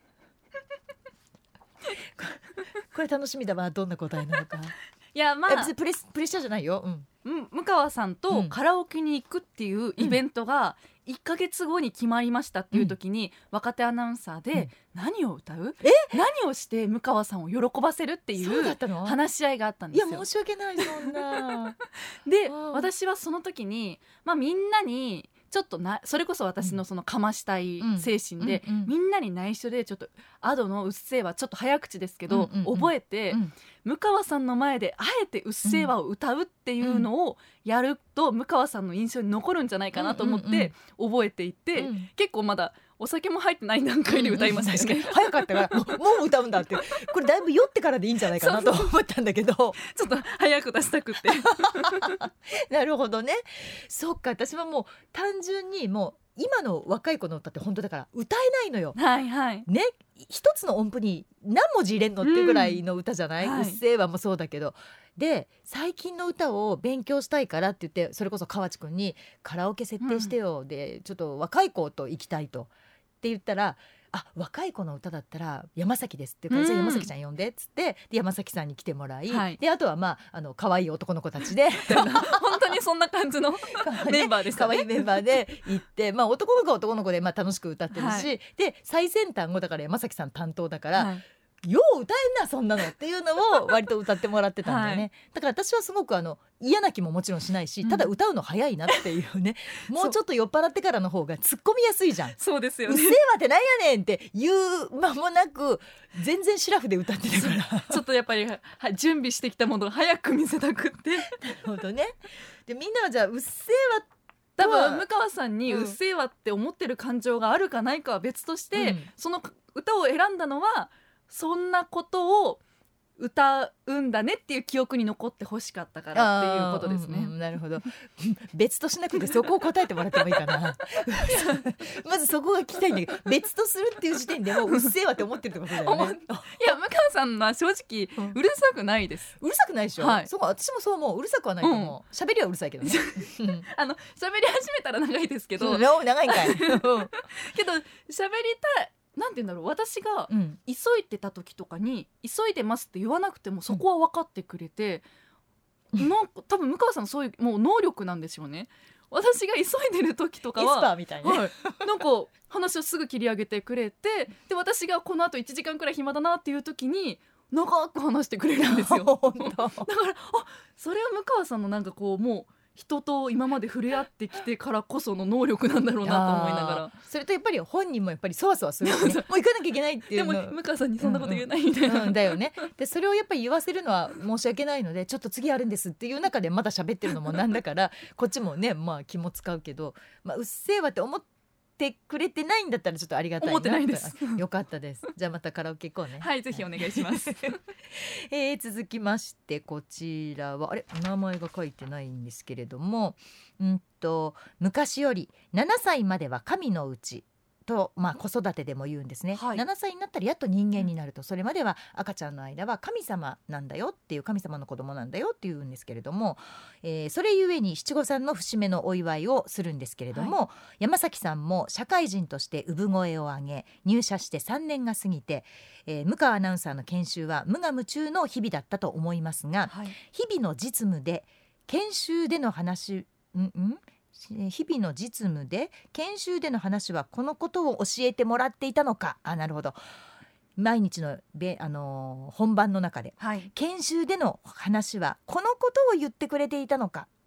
これ楽しみだわ、どんな答えなのか。 いや、まあ、 別にプレス、プレッシャーじゃないよ、うん、 向川さんとカラオケに行くっていうイベントがいっかげつごに決まりましたっていう時に、うん、若手アナウンサーで何を歌う、え何をして向川さんを喜ばせるっていう話し合いがあったんですよ。 いや申し訳ない、そんなで私はその時に、まあ、みんなにちょっとなそれこそ私のそのかましたい精神で、うんうんうん、みんなに内緒でちょっとAdoのうっせぇわちょっと早口ですけど、うんうんうん、覚えて、うん、向川さんの前であえてうっせぇわを歌うっていうのをやると向川さんの印象に残るんじゃないかなと思って覚えていて、うんうんうん、結構まだお酒も入ってない段階で歌いましたね、 うんうん、早かったからもう歌うんだって、これだいぶ酔ってからでいいんじゃないかなと思ったんだけどちょっと早く出したくてなるほどね。そっか、私はもう単純にもう今の若い子の歌って本当だから歌えないのよ、 はいはいね、一つの音符に何文字入れんのっていうぐらいの歌じゃない、うん、はい、うっせぇわもそうだけど、で最近の歌を勉強したいからって言ってそれこそ河内くんにカラオケ設定してよ、うん、でちょっと若い子と行きたいとって言ったら、あ、若い子の歌だったら山崎ですっていうから、うん、じゃあ山崎ちゃん呼んでっつってで山崎さんに来てもらい、はい、であとはまああの可愛い男の子たちで本当にそんな感じのメンバーでしたね。 可愛いメンバーで行って、まあ、男の子は男の子でまあ楽しく歌ってるし、はい、で最先端をだから山崎さん担当だから、はい、よう歌えんなそんなのっていうのを割と歌ってもらってたんだよね、はい、だから私はすごくあの嫌な気ももちろんしないし、ただ歌うの早いなっていうね、うん、もうちょっと酔っ払ってからの方が突っ込みやすいじゃん。 そうですよね。 うっせぇわってなんやねんって言う間もなく全然シラフで歌ってたからちょっとやっぱり準備してきたものを早く見せたくってなるほどね。でみんなはじゃあうっせぇわ多分向川さんにうっせぇわって思ってる感情があるかないかは別として、うん、その歌を選んだのはそんなことを歌うんだねっていう記憶に残ってほしかったからっていうことですね、 うんうん、なるほど別としなくてそこを答えてもらってもいいかなまずそこが聞きたいんだけど、別とするっていう時点でもううっせぇわって思ってるってことだよねいや向川さんは正直うるさくないです、 うん、うるさくないでしょ、はい、そう私もそう思う。うるさくはないと思う。喋、うん、りはうるさいけどねあの喋り始めたら長いですけど長いんかいけど喋りたいなんて言うんだろう、私が急いでた時とかに、うん、急いでますって言わなくてもそこは分かってくれて、うん、なんか多分向川さんのそういうもう能力なんでしょうね。私が急いでる時とかはエスパーみたいな、ね、はい、 なんか話をすぐ切り上げてくれてで私がこの後いちじかんくらい暇だなっていう時に長く話してくれるんですよだからあそれは向川さんのなんかこうもう人と今まで触れ合ってきてからこその能力なんだろうなと思いながら、 それとやっぱり本人もやっぱりそわそわする、ね、もう行かなきゃいけないっていうのでも向川さんにそんなこと言えないみたいな、 うんうん、だよね。でそれをやっぱり言わせるのは申し訳ないのでちょっと次あるんですっていう中でまだ喋ってるのもなんだからこっちもね、まあ、気も使うけど、まあ、うっせぇわって思っててくれてないんだったらちょっとありがたいな。 思ってないです。 よかったです。じゃあまたカラオケ行こうね。 はい、ぜひお願いします、 えー、続きましてこちらはあれ名前が書いてないんですけれども、うんと昔よりななさいまでは神のうちと、まあ、子育てでも言うんですね、はい、ななさいになったらやっと人間になると、それまでは赤ちゃんの間は神様なんだよっていう神様の子供なんだよっていうんですけれども、えー、それゆえに七五三の節目のお祝いをするんですけれども、はい、山崎さんも社会人として産声を上げ入社してさんねんが過ぎて、えー、向川アナウンサーの研修は無我夢中の日々だったと思いますが、はい、日々の実務で研修での話んん日々の実務で研修での話はこのことを教えてもらっていたのか。あ、なるほど。毎日の、あのー、本番の中で、はい、研修での話はこのことを言ってくれていたのかっ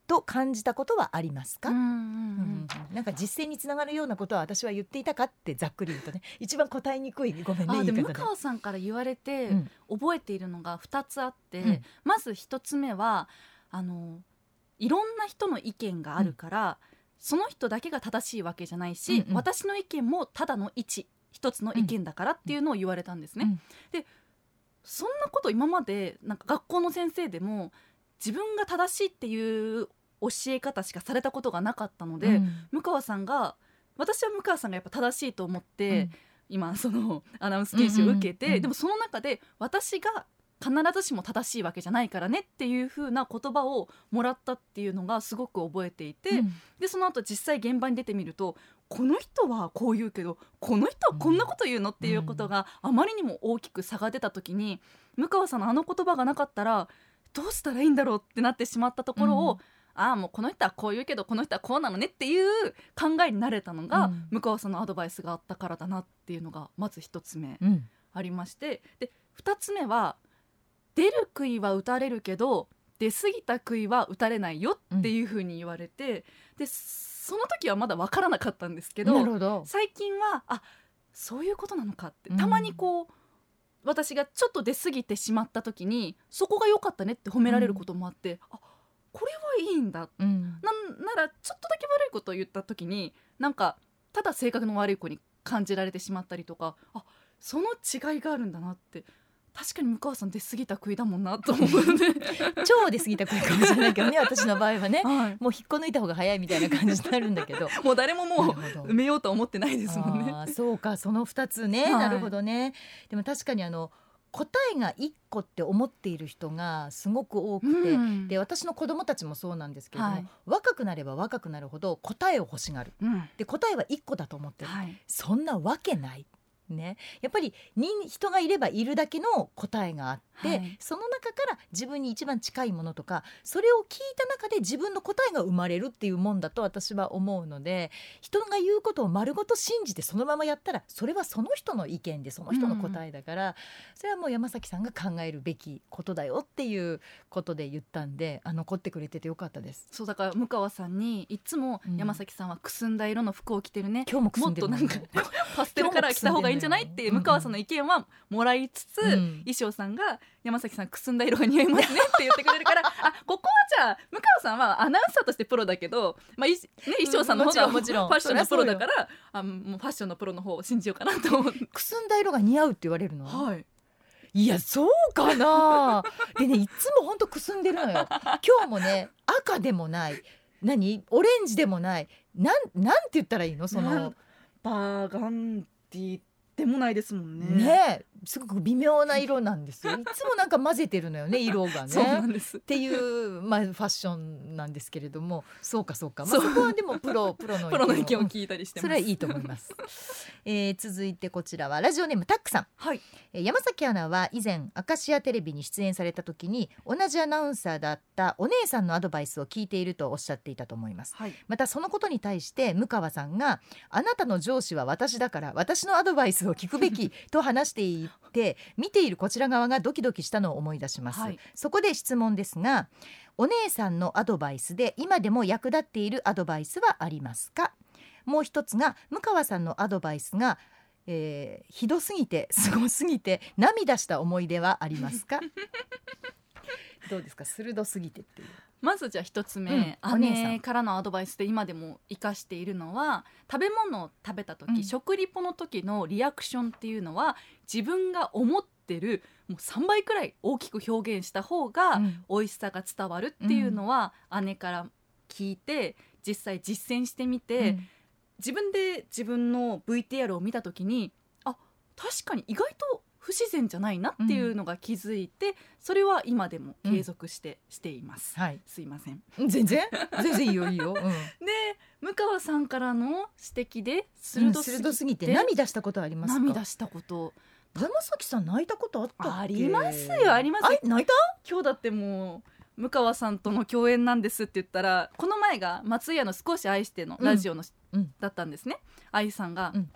と感じたことはありますか？ うんうんうんうんなんか実践につながるようなことは私は言っていたかってざっくり言うとね一番答えにくいごめんねあでも向言い方で川さんから言われてうん覚えているのがふたつあって、 うんまずひとつめはあのいろんな人の意見があるから、うん、その人だけが正しいわけじゃないし、 うんうん、 私の意見もただの一一つの意見だからっていうのを言われたんですね、 うん、 でそんなこと今までなんか学校の先生でも自分が正しいっていう教え方しかされたことがなかったので、うん、向川さんが私は向川さんがやっぱ正しいと思って、うん、今そのアナウンス研修を受けて、うんうんうん、でもその中で私が必ずしも正しいわけじゃないからねっていう風な言葉をもらったっていうのがすごく覚えていて、うん、でその後実際現場に出てみるとこの人はこう言うけどこの人はこんなこと言うのっていうことがあまりにも大きく差が出た時に向川さんのあの言葉がなかったらどうしたらいいんだろうってなってしまったところを、うんああもうこの人はこう言うけどこの人はこうなのねっていう考えになれたのが、うん、向川さんのアドバイスがあったからだなっていうのがまず一つ目ありまして、うん、で二つ目は出る杭は打たれるけど出過ぎた杭は打たれないよっていう風に言われて、うん、でその時はまだ分からなかったんですけ ど, なるほど最近はあそういうことなのかってたまにこう、うん、私がちょっと出過ぎてしまった時にそこが良かったねって褒められることもあって、うん、あこれはいいんだ、うん、な, ならちょっとだけ悪いことを言った時になんかただ性格の悪い子に感じられてしまったりとかあその違いがあるんだなって確かに向川さん出過ぎた杭だもんなと思うので超出過ぎた杭かもしれないけどね私の場合はね、はい、もう引っこ抜いた方が早いみたいな感じになるんだけどもう誰ももう埋めようとは思ってないですもんね。 あそうかそのふたつね、はい、なるほどね。でも確かにあの答えがいっこって思っている人がすごく多くて、うん、で私の子供たちもそうなんですけれども、はい、若くなれば若くなるほど答えを欲しがる、うん、で答えはいっこだと思ってる、はい、そんなわけないね、やっぱり人がいればいるだけの答えがあって、はい、その中から自分に一番近いものとかそれを聞いた中で自分の答えが生まれるっていうもんだと私は思うので人が言うことを丸ごと信じてそのままやったらそれはその人の意見でその人の答えだから、うん、それはもう山崎さんが考えるべきことだよっていうことで言ったんであ残ってくれててよかったです。 そうだから向川さんにいつも山崎さんはくすんだ色の服を着てるね、 今日もくすんでる、 もっとなんかパステルカラー着た方がいいんじゃないって向川さんの意見はもらいつつ、うん、衣装さんが山崎さんくすんだ色が似合いますねって言ってくれるからあここはじゃあ向川さんはアナウンサーとしてプロだけど、まあね、衣装さんの方がファッションのプロだからあもうファッションのプロの方を信じようかなと思って。 くすんだ色が似合うって言われるの、 はい、 いやそうかなでねいつもほんとくすんでるのよ今日もね赤でもない何オレンジでもないなん、なんて言ったらいいのそのバーガンディでもないですもんね。 ねすごく微妙な色なんですよいつもなんか混ぜてるのよね色がねそうなんですっていう、まあ、ファッションなんですけれどもそうかそうか、まあ、そこはでもプロプロのプロの意見を聞いたりしてます。 それはいいと思います、えー、続いてこちらはラジオネームタックさん、 はいえー、山崎アナは以前アカシアテレビに出演された時に同じアナウンサーだったお姉さんのアドバイスを聞いているとおっしゃっていたと思います、はい、またそのことに対して向川さんがあなたの上司は私だから私のアドバイスを聞くべきと話していて見ているこちら側がドキドキしたのを思い出します、はい、そこで質問ですがお姉さんのアドバイスで今でも役立っているアドバイスはありますか。もう一つが向川さんのアドバイスが、えー、ひどすぎてすごすぎて涙した思い出はありますかどうですか鋭すぎてっていう。 まずじゃあ一つ目、うん、姉からのアドバイスで今でも生かしているのは食べ物を食べた時、うん、食リポの時のリアクションっていうのは自分が思ってるもうさんばいくらい大きく表現した方が美味しさが伝わるっていうのは姉から聞いて実際実践してみて、うん、自分で自分の ブイティーアール を見た時にあ確かに意外と不自然じゃないなっていうのが気づいて、うん、それは今でも継続して、うん、しています、はい、すいません全然全然いいよいいよ、うん、 で向川さんからの指摘で鋭すぎて、うん、鋭すぎて涙したことありますか。 涙したこと山崎さん泣いたことあったっけ。 ありますよありますよ。 泣いた。 今日だってもう向川さんとの共演なんですって言ったらこの前が松屋の少し愛してのラジオの、うん、だったんですね。愛さんが、うん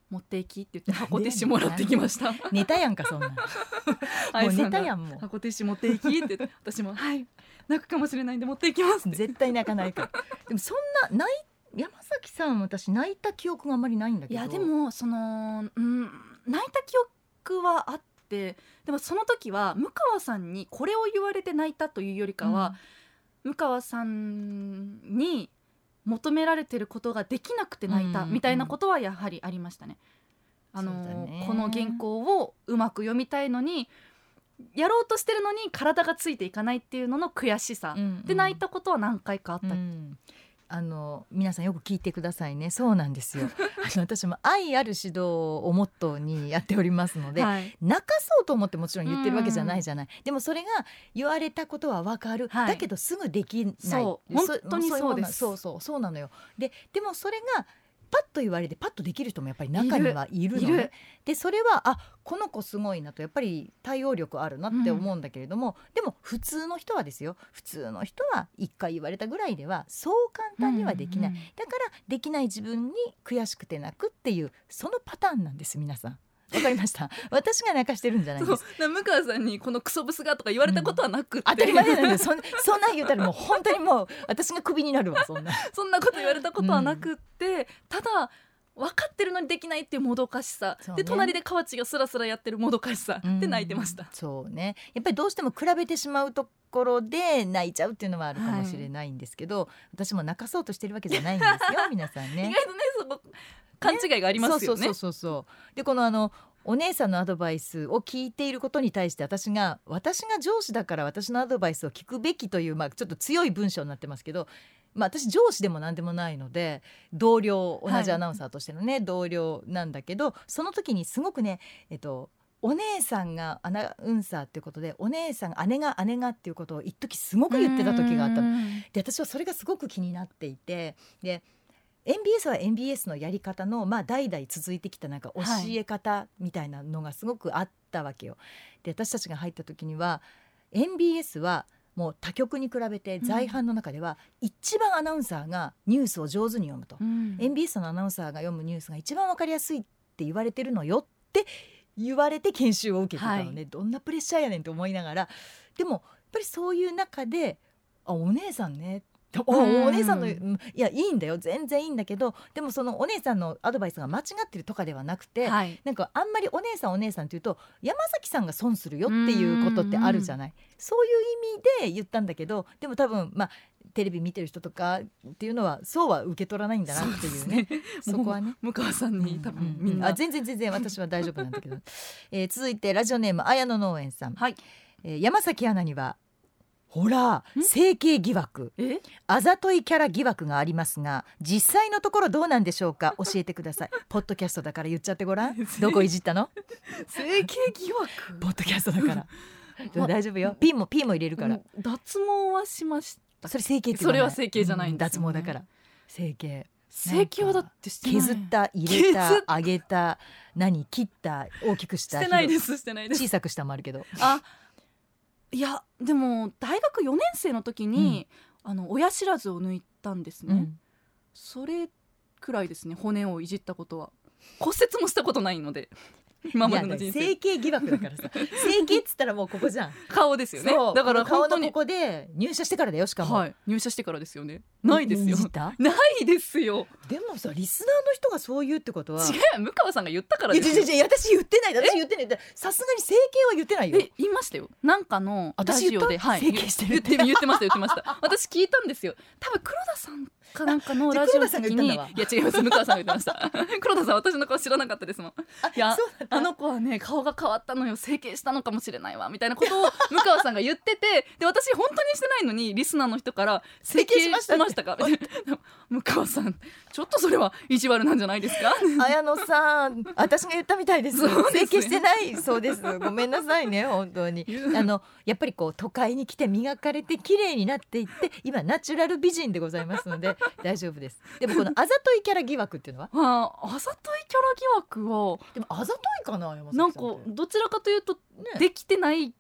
持っていきって言って箱ティッシュもらってきましたネタやんかそんなもうネタやんもう箱ティッシュ持っていきって言って私もはい泣くかもしれないんで持っていきますって絶対泣かないからでもそんな泣い山崎さん私泣いた記憶があんまりないんだけど。 いやでもその、うん、泣いた記憶はあってでもその時は向川さんにこれを言われて泣いたというよりかは、うん、向川さんに求められてることができなくて泣いたみたいなことはやはりありましたね。あのね、この原稿をうまく読みたいのにやろうとしてるのに体がついていかないっていうのの悔しさ、うんうん、で泣いたことは何回かあった、うん、 あの皆さんよく聞いてくださいね。そうなんですよあの私も愛ある指導をモットーにやっておりますので、はい、泣かそうと思ってもちろん言ってるわけじゃないじゃない、うん、でもそれが言われたことは分かる、はい、だけどすぐできない。 そう本当にそうです。 そうそうそうなのよ。ででもそれがパッと言われてパッとできる人もやっぱり中にはいるのね。でそれはあこの子すごいなとやっぱり対応力あるなって思うんだけれども、うん、でも普通の人はですよ普通の人はいっかい言われたぐらいではそう簡単にはできない、うんうん、だからできない自分に悔しくて泣くっていうそのパターンなんです皆さん。わかりました私が泣かしてるんじゃないです。 向川さんにこのクソブスがとか言われたことはなくって、 うん、当たり前なんですそ, そんなん言うたらもう本当にもう私がクビになるわそんなそんなこと言われたことはなくって、うん、ただ分かってるのにできないっていうもどかしさ、ね、で隣で河内がスラスラやってるもどかしさで泣いてました、うん、 そうねやっぱりどうしても比べてしまうところで泣いちゃうっていうのはあるかもしれないんですけど、はい、私も泣かそうとしてるわけじゃないんですよ皆さんね意外とねそこ勘違いがありますよね。 そうそうそうそうでこのあのお姉さんのアドバイスを聞いていることに対して私が私が上司だから私のアドバイスを聞くべきという、まあ、ちょっと強い文章になってますけど、まあ、私上司でも何でもないので同僚同じアナウンサーとしてのね、はい、同僚なんだけどその時にすごくね、えっと、お姉さんがアナウンサーっていうことでお姉さん姉が姉がっていうことを一時すごく言ってた時があったので私はそれがすごく気になっていてでエヌビーエス は エヌビーエス のやり方の、まあ、代々続いてきたなんか教え方みたいなのがすごくあったわけよ。で私たちが入った時には エヌビーエス はもう他局に比べて在阪の中では一番アナウンサーがニュースを上手に読むと、うん、エヌビーエス のアナウンサーが読むニュースが一番分かりやすいって言われてるのよって言われて研修を受けてたのね、はい、どんなプレッシャーやねんと思いながらでもやっぱりそういう中であお姉さんねお, お姉さんのいやいいんだよ全然いいんだけどでもそのお姉さんのアドバイスが間違ってるとかではなくて、はい、なんかあんまりお姉さんお姉さんっていうと山崎さんが損するよっていうことってあるじゃない。そういう意味で言ったんだけどでも多分まあテレビ見てる人とかっていうのはそうは受け取らないんだなっていうね そ, そこはね向川さんに多分みんな、 うんうん、あ全然全然私は大丈夫なんだけど、えー、続いてラジオネーム綾野農園さん、はいえー、山崎アナにはほら整形疑惑あざといキャラ疑惑がありますが実際のところどうなんでしょうか教えてくださいポッドキャストだから言っちゃってごらんどこいじったの整形疑惑ポッドキャストだから大丈夫よピンもピンも入れるから、 うん、脱毛はしましたそれ整形ってそれは整形じゃないんですよ、ねうん、脱毛だから整形整形はだってしてない削った入れた上げた何切った大きくしたしてないですしてないです小さくしたもあるけどあいやでも大学よねん生の時に、うん、あの親知らずを抜いたんですね、うん、それくらいですね骨をいじったことは骨折もしたことないので今までの人生整形疑惑だからさ整形っつったらもうここじゃん顔ですよねだから顔のここで入社してからだよしかも、 はい、入社してからですよねないですよないですよでもさリスナーの人がそう言うってことは違う向川さんが言ったからですよいやいやいや私言ってない私言ってないさすがに整形は言ってないよえ言いましたよなんかのラジオで、はい、 整形してるって言ってました言ってました私聞いたんですよ多分黒田さんかなんかのラジオの時にいや違います向川さんが言ってました黒田さん私の顔知らなかったですもんいやあの子はね顔が変わったのよ整形したのかもしれないわみたいなことを向川さんが言っててで私本当にしてないのにリスナーの人から整形しましたか向川さんちょっとそれは意地悪なんじゃないですか綾野さん私が言ったみたいです整形してないそうですごめんなさいね本当にあのやっぱりこう都会に来て磨かれて綺麗になっていって今ナチュラル美人でございますので大丈夫です。でもこのあざといキャラ疑惑っていうのはあ, あざといキャラ疑惑はでもあざといかな山崎さんなんかどちらかというと、ね、できてない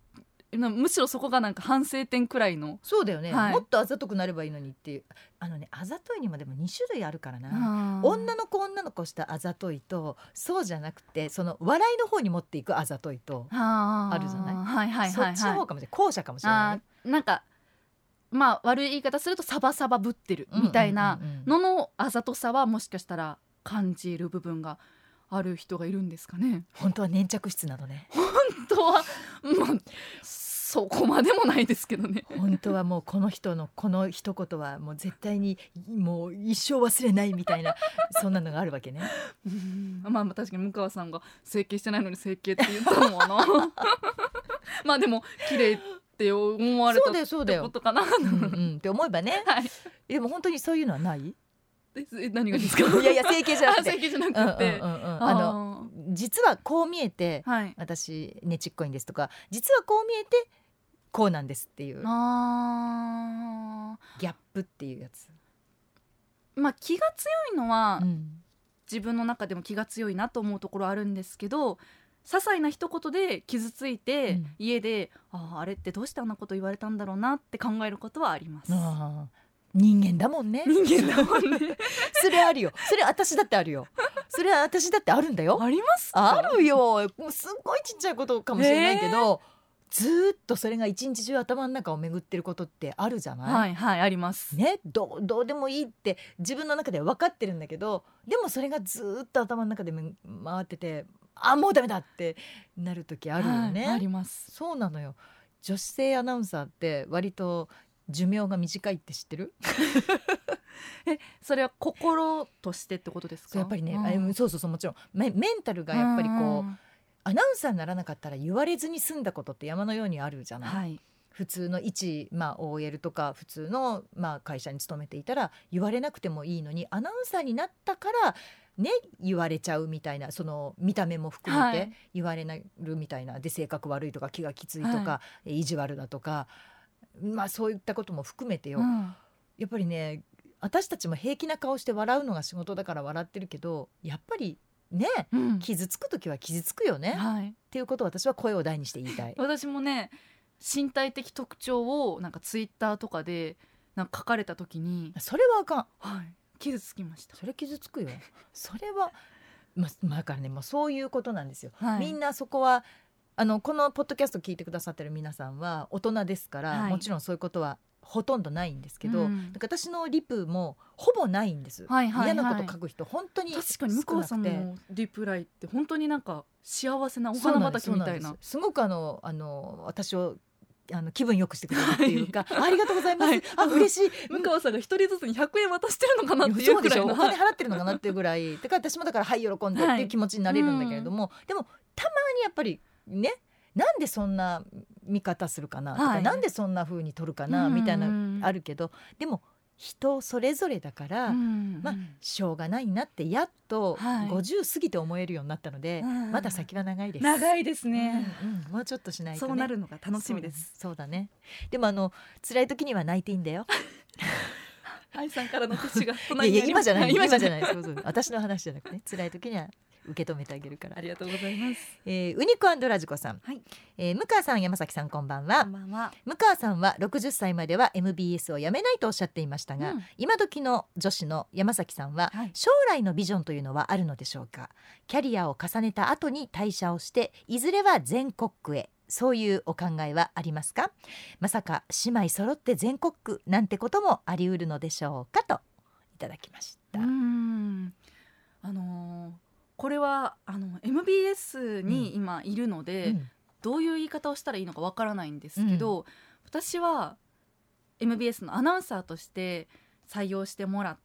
むしろそこがなんか反省点くらいの。 そうだよね、 はい、 もっとあざとくなればいいのにっていう。あのね、あざといにもでもに種類あるからな。女の子女の子したあざといと、そうじゃなくてその笑いの方に持っていくあざといとあるじゃない。 はいはいはいはい、 そっちの方かもしれない、後者かもしれないね。 なんかまあ悪い言い方するとサバサバぶってるみたいなののあざとさはもしかしたら感じる部分がある人がいるんですかね。 本当は粘着質なのね。 本当は、まあ、そこまでもないですけどね。 本当はもうこの人のこの一言はもう絶対にもう一生忘れないみたいなそんなのがあるわけね。 うんまあ確かに向川さんが整形してないのに整形って言ったのはなまあでも綺麗って思われたってことかなうん、うん、って思えばね、 はい、 でも本当にそういうのはない？ え何がですか？ いやいや整形じゃなくて整形じゃなくて、 うんうんうんうん、あの実はこう見えて、はい、私ねちっこいんですとか、実はこう見えてこうなんですっていうあギャップっていうやつ。 まあ気が強いのは、うん、自分の中でも気が強いなと思うところあるんですけど、些細な一言で傷ついて、うん、家で あ, あれってどうしてあんなこと言われたんだろうなって考えることはあります。 あ人間だもんね。 人間だもんねそれあるよ。それ私だってあるよ。それは私だってあるんだよ。 ありますか？ あるよ。もうすっごいちっちゃいことかもしれないけど、ずっとそれが一日中頭の中を巡ってることってあるじゃない？ はいはいありますね。どう、どうでもいいって自分の中では分かってるんだけど、でもそれがずっと頭の中で回ってて、あもうダメだってなる時あるよね、 はい、あります。 そうなのよ。女子性アナウンサーって割と寿命が短いって知ってる？ えそれは心としてってことですか？ やっぱりね、うん、そうそうそうもちろん メ, メンタルがやっぱりこう、うん、アナウンサーにならなかったら言われずに済んだことって山のようにあるじゃない、はい、普通の一、まあ、オーエル とか普通の、まあ、会社に勤めていたら言われなくてもいいのに、アナウンサーになったからね言われちゃうみたいな、その見た目も含めて言われるみたいな、はい、で性格悪いとか気がきついとか、はい、意地悪だとか、まあ、そういったことも含めてよ、うん、やっぱりね私たちも平気な顔して笑うのが仕事だから笑ってるけど、やっぱりね、うん、傷つくときは傷つくよね、はい、っていうことを私は声を大にして言いたい。 私もね身体的特徴をなんかツイッターとかでなんか書かれたときにそれはあかん、 はい、傷つきました。 それ傷つくよそれはまあだからね、もうそういうことなんですよ、はい、みんなそこはあのこのポッドキャスト聞いてくださってる皆さんは大人ですから、はい、もちろんそういうことはほとんどないんですけど、うん、だから私のリプもほぼないんです、はいはいはい、嫌なこと書く人本当に少なくて。 確かに向川さんのリプライって本当になんか幸せなお花畑みたい な, なす, すごくあのあの私をあの気分よくしてくれるっていうか、はい、ありがとうございます、はい、あ嬉しい。 向川さんが一人ずつにひゃくえん渡してるのかなっていうぐらいの、 お金払ってるのかなっていうぐらいだから私もだからはい喜んでっていう気持ちになれるんだけれども、はい、でもたまにやっぱりね、なんでそんな見方するかなとか、はい、なんでそんな風に撮るかなみたいなあるけど、でも人それぞれだから、うん、まあしょうがないなってやっとごじゅう過ぎて思えるようになったので、はい、まだ先は長いです。 長いですね、 うんうん、もうちょっとしないとね。 そうなるのが楽しみです。 そう、そうだね。でもあの辛い時には泣いていいんだよ愛さんからの口がいやいや今じゃない今じゃないそうそう私の話じゃなくて、ね、辛い時には受け止めてあげるから。 ありがとうございます。 えー、ウニコ&ラジコさん、はい、えー、向川さん山崎さんこんばんは。 こんばんは。 向川さんはろくじゅっさいまでは エムビーエス を辞めないとおっしゃっていましたが、うん、今時の女子の山崎さんは、はい、将来のビジョンというのはあるのでしょうか。キャリアを重ねた後に退社をしていずれは全国区へ、そういうお考えはありますか。まさか姉妹揃って全国区なんてこともあり得るのでしょうか、といただきました。 うーんあのーこれはあの エムビーエス に今いるので、うん、どういう言い方をしたらいいのかわからないんですけど、うん、私は エムビーエス のアナウンサーとして採用してもらって、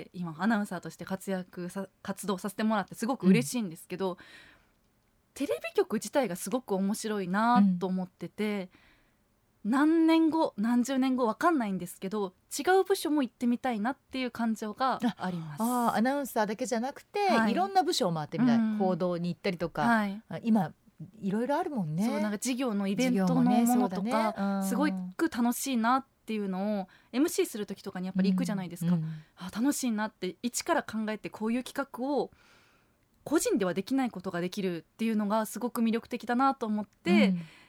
今アナウンサーとして活躍さ活動させてもらってすごく嬉しいんですけど、うん、テレビ局自体がすごく面白いなと思ってて、うん、何年後何十年後わかんないんですけど違う部署も行ってみたいなっていう感情があります。 ああ、アナウンサーだけじゃなくて、はい、いろんな部署を回ってみたい、うん、報道に行ったりとか、はい、今いろいろあるもんね。 そうなんか事業のイベントのものとか、ねね、すごく楽しいなっていうのを エムシー する時とかにやっぱり行くじゃないですか、うんうん、あ楽しいなって一から考えて、こういう企画を個人ではできないことができるっていうのがすごく魅力的だなと思って、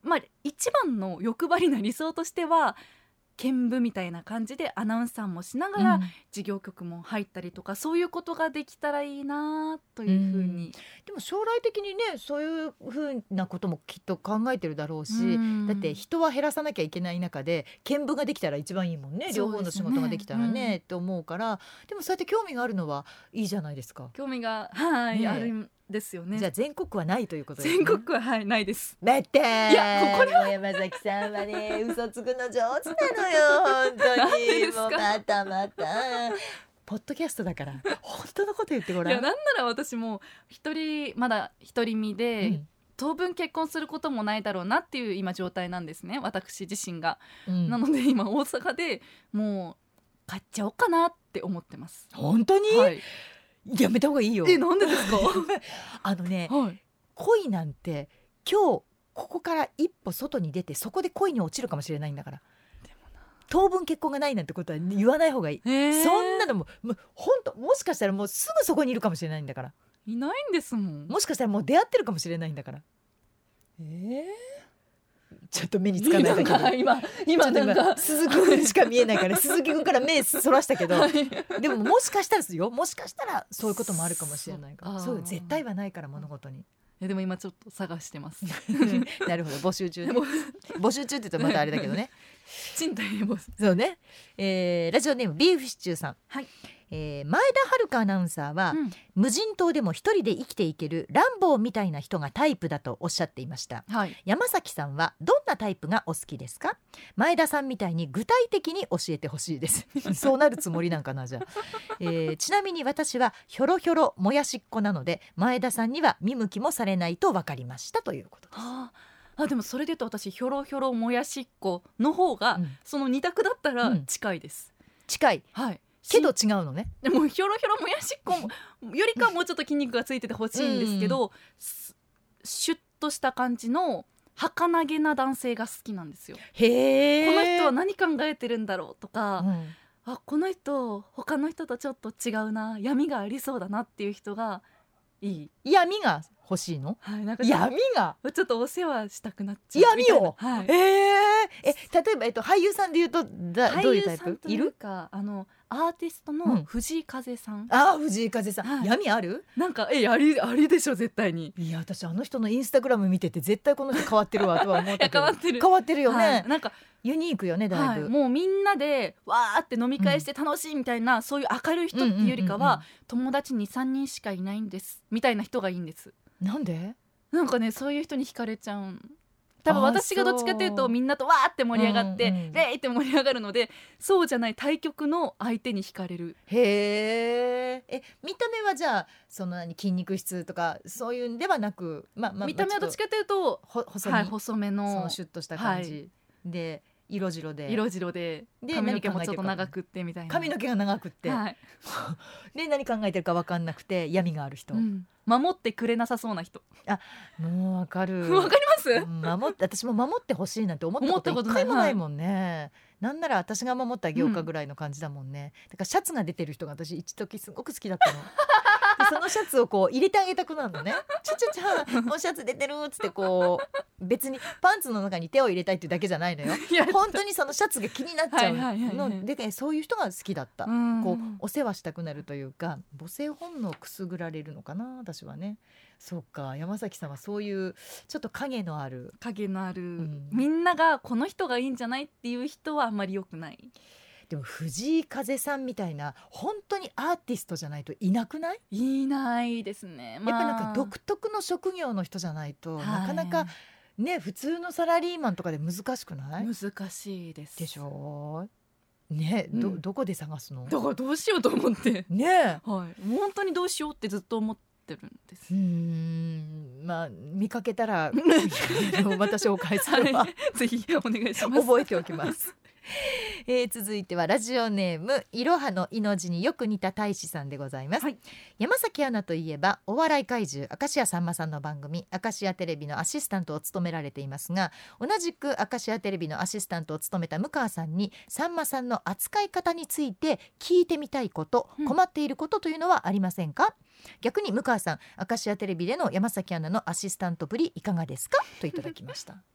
まあ一番の欲張りな理想としては兼部みたいな感じでアナウンサーもしながら、 うん事業局も入ったりとか、そういうことができたらいいなというふうに、 でも将来的にねそういうふうなこともきっと考えてるだろうし、 うんだって人は減らさなきゃいけない中で兼部ができたら一番いいもんね、両方の仕事ができたらねって思うから、でもそうやって興味があるのはいいじゃないですか。 興味が、はいねえあるんですよね。 じゃあ全国はないということですね。 全国は、はい、ないです。 待ってー、 いやこれもう山崎さんはね嘘つくの上手なのよ本当なんでにですかもうまたまたポッドキャストだから本当のこと言ってごらん。 いやなんなら私も一人まだ独り身で、 うん当分結婚することもないだろうなっていう今状態なんですね、私自身が、 うんなので今大阪でもう買っちゃおうかなって思ってます。 本当に、 はい、 やめた方がいいよ。 えなんでですかあのねはい恋なんて今日ここから一歩外に出てそこで恋に落ちるかもしれないんだから。当分結婚がないなんてことは言わない方がいい。 えーそんなのももう本当もしかしたらもうすぐそこにいるかもしれないんだから。 いないんですもん。 もしかしたらもう出会ってるかもしれないんだから。えー、ちょっと目につかないだけでなんか今今ちょっとなんか今鈴木くんしか見えないから鈴木くんから目そらしたけど、 はいでももしかしたらですよ、もしかしたらそういうこともあるかもしれないから。 そそうう絶対はないから物事にえでも今ちょっと探してますなるほど、募集中ねでも募集中って言ったらまたあれだけどね賃貸でもそうね、えーラジオネームビーフシチューさん、 はいえー前田遥アナウンサーは、 うん無人島でも一人で生きていけるランボーみたいな人がタイプだとおっしゃっていました。 はい山崎さんはどんなタイプがお好きですか？前田さんみたいに具体的に教えてほしいですそうなるつもりなんかなじゃあ、えーちなみに私はひょろひょろもやしっこなので前田さんには見向きもされないと分かりましたということです。 はあ、あでもそれで言うと私ひょろひょろもやしっこの方が、 うんその二択だったらうん近いです、 近いはいけど違うのね。 でもひょろひょろもやしっこもよりかはもうちょっと筋肉がついててほしいんですけど、すシュッとした感じの儚げな男性が好きなんですよ。 へーこの人は何考えてるんだろうとか、 うんあこの人他の人とちょっと違うな、闇がありそうだなっていう人がいい、 闇が欲しいの？ はい、なんか闇がちょっとお世話したくなっちゃうみたいな闇を、 はいえー、え例えば、えっと、俳優さんで言うとだどういうタイプいる？ かあのアーティストうんの藤井風さん、 あー藤井風さん、 はい闇ある？ なんかえありありでしょ絶対に。 いや私あの人のインスタグラム見てて絶対この人変わってるわとは思ったけどいや変わってる変わってるよね、 はいなんか、 ユニークよねだいぶ、 はい、もうみんなでわーって飲み会して楽しいみたいな、そういう明るい人っていうよりかは、 うんうんうんうん友達 にさんにんしかいないんですみたいな人がいいんです。 なんで？ なんかねそういう人に惹かれちゃう。多分あ私がどっちかというそうとみんなとわーって盛り上がって、 うんうんレイって盛り上がるので、そうじゃない対極の相手に惹かれる。 へーえ見た目はじゃあその何筋肉質とかそういうんではなく、まま見た目はどっちかかというと、 ほ細身、 はい、細めそののシュッとした感じ、で色白で色白でで髪の毛も何考えてるかちょっと長くってみたいな。 髪の毛が長くって、 はいで何考えてるか分かんなくて闇がある人、 うん守ってくれなさそうな人。 もう分かるわかります？ うん守って私も守ってほしいなんて思ったこと思ったことない一回もないもんね、なんなら私が守ってあげようかぐらいの感じだもんね、だからシャツが出てる人が私一時すごく好きだったのでそのシャツをこう入れてあげたくなるのねちゃちゃちゃもうシャツ出てるっつってこう別にパンツの中に手を入れたいっていうだけじゃないのよいや本当にそのシャツが気になっちゃうはいはいはいはいのでそういう人が好きだった、 うんこうお世話したくなるというか母性本能をくすぐられるのかな私はね。そうか山崎さんはそういうちょっと影のある影のある、 んみんながこの人がいいんじゃないっていう人はあんまり良くない。 でも藤井風さんみたいな本当にアーティストじゃないといなくない？ いないですね、まあ、 やっぱなんか独特の職業の人じゃないと、 はいなかなかね普通のサラリーマンとかで難しくない？ 難しいですでしょね、ど、 うんどこで探すの？ だからどうしようと思ってねはい本当にどうしようってずっと思ってるんですうーんまあ見かけたらまた紹介するわ、 はい、ぜひお願いします。 覚えておきますえー、続いてはラジオネームいろはの命によく似た大使さんでございます、 はい、 山崎アナといえばお笑い怪獣明石家さんまさんの番組明石家テレビのアシスタントを務められていますが、同じく明石家テレビのアシスタントを務めた向川さんにさんまさんの扱い方について聞いてみたいこと、 うん困っていることというのはありませんか？逆に向川さん明石家テレビでの山崎アナのアシスタントぶりいかがですか？といただきました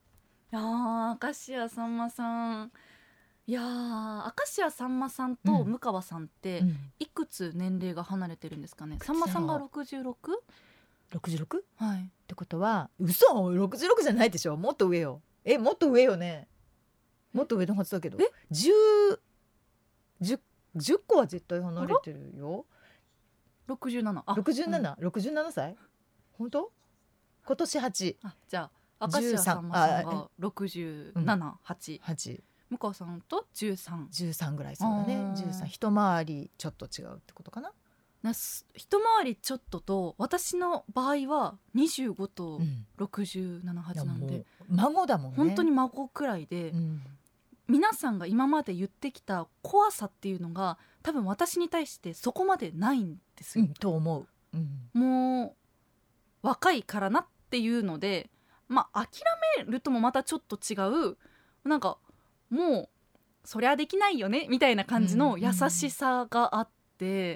あー明石家さんまさん、いやー明石家さんまさんと向川さんってうん、 いくつ年齢が離れてるんですかね。さんまさんが ろくじゅうろく？ ろくじゅうろく？ はいってことは嘘、ろくじゅうろくじゃないでしょ。もっと上よ。えもっと上よね。もっと上のはずだけど、 えじゅう、じゅう、じゅっこは絶対離れてるよ。 ろくじゅうなな、あろくじゅうなうんな、ろくじゅうななさい本当？今年はち、 あじゃあ明石家さんまさんがろくじゅうなな、はち、 はち、 向川さんとじゅうさん、 じゅうさんぐらいそうだね。 あーじゅうさん、一回りちょっと違うってことかな。 なす一回りちょっとと、私の場合はにじゅうごとうんろくじゅうなな、はちなんで、 いやもう孫だもんね。 本当に孫くらいで、 うん皆さんが今まで言ってきた怖さっていうのが多分私に対してそこまでないんですよ、 うんと思う。うんもう若いからなっていうので、まあ諦めるともまたちょっと違う、なんかもうそりゃできないよねみたいな感じの優しさがあって、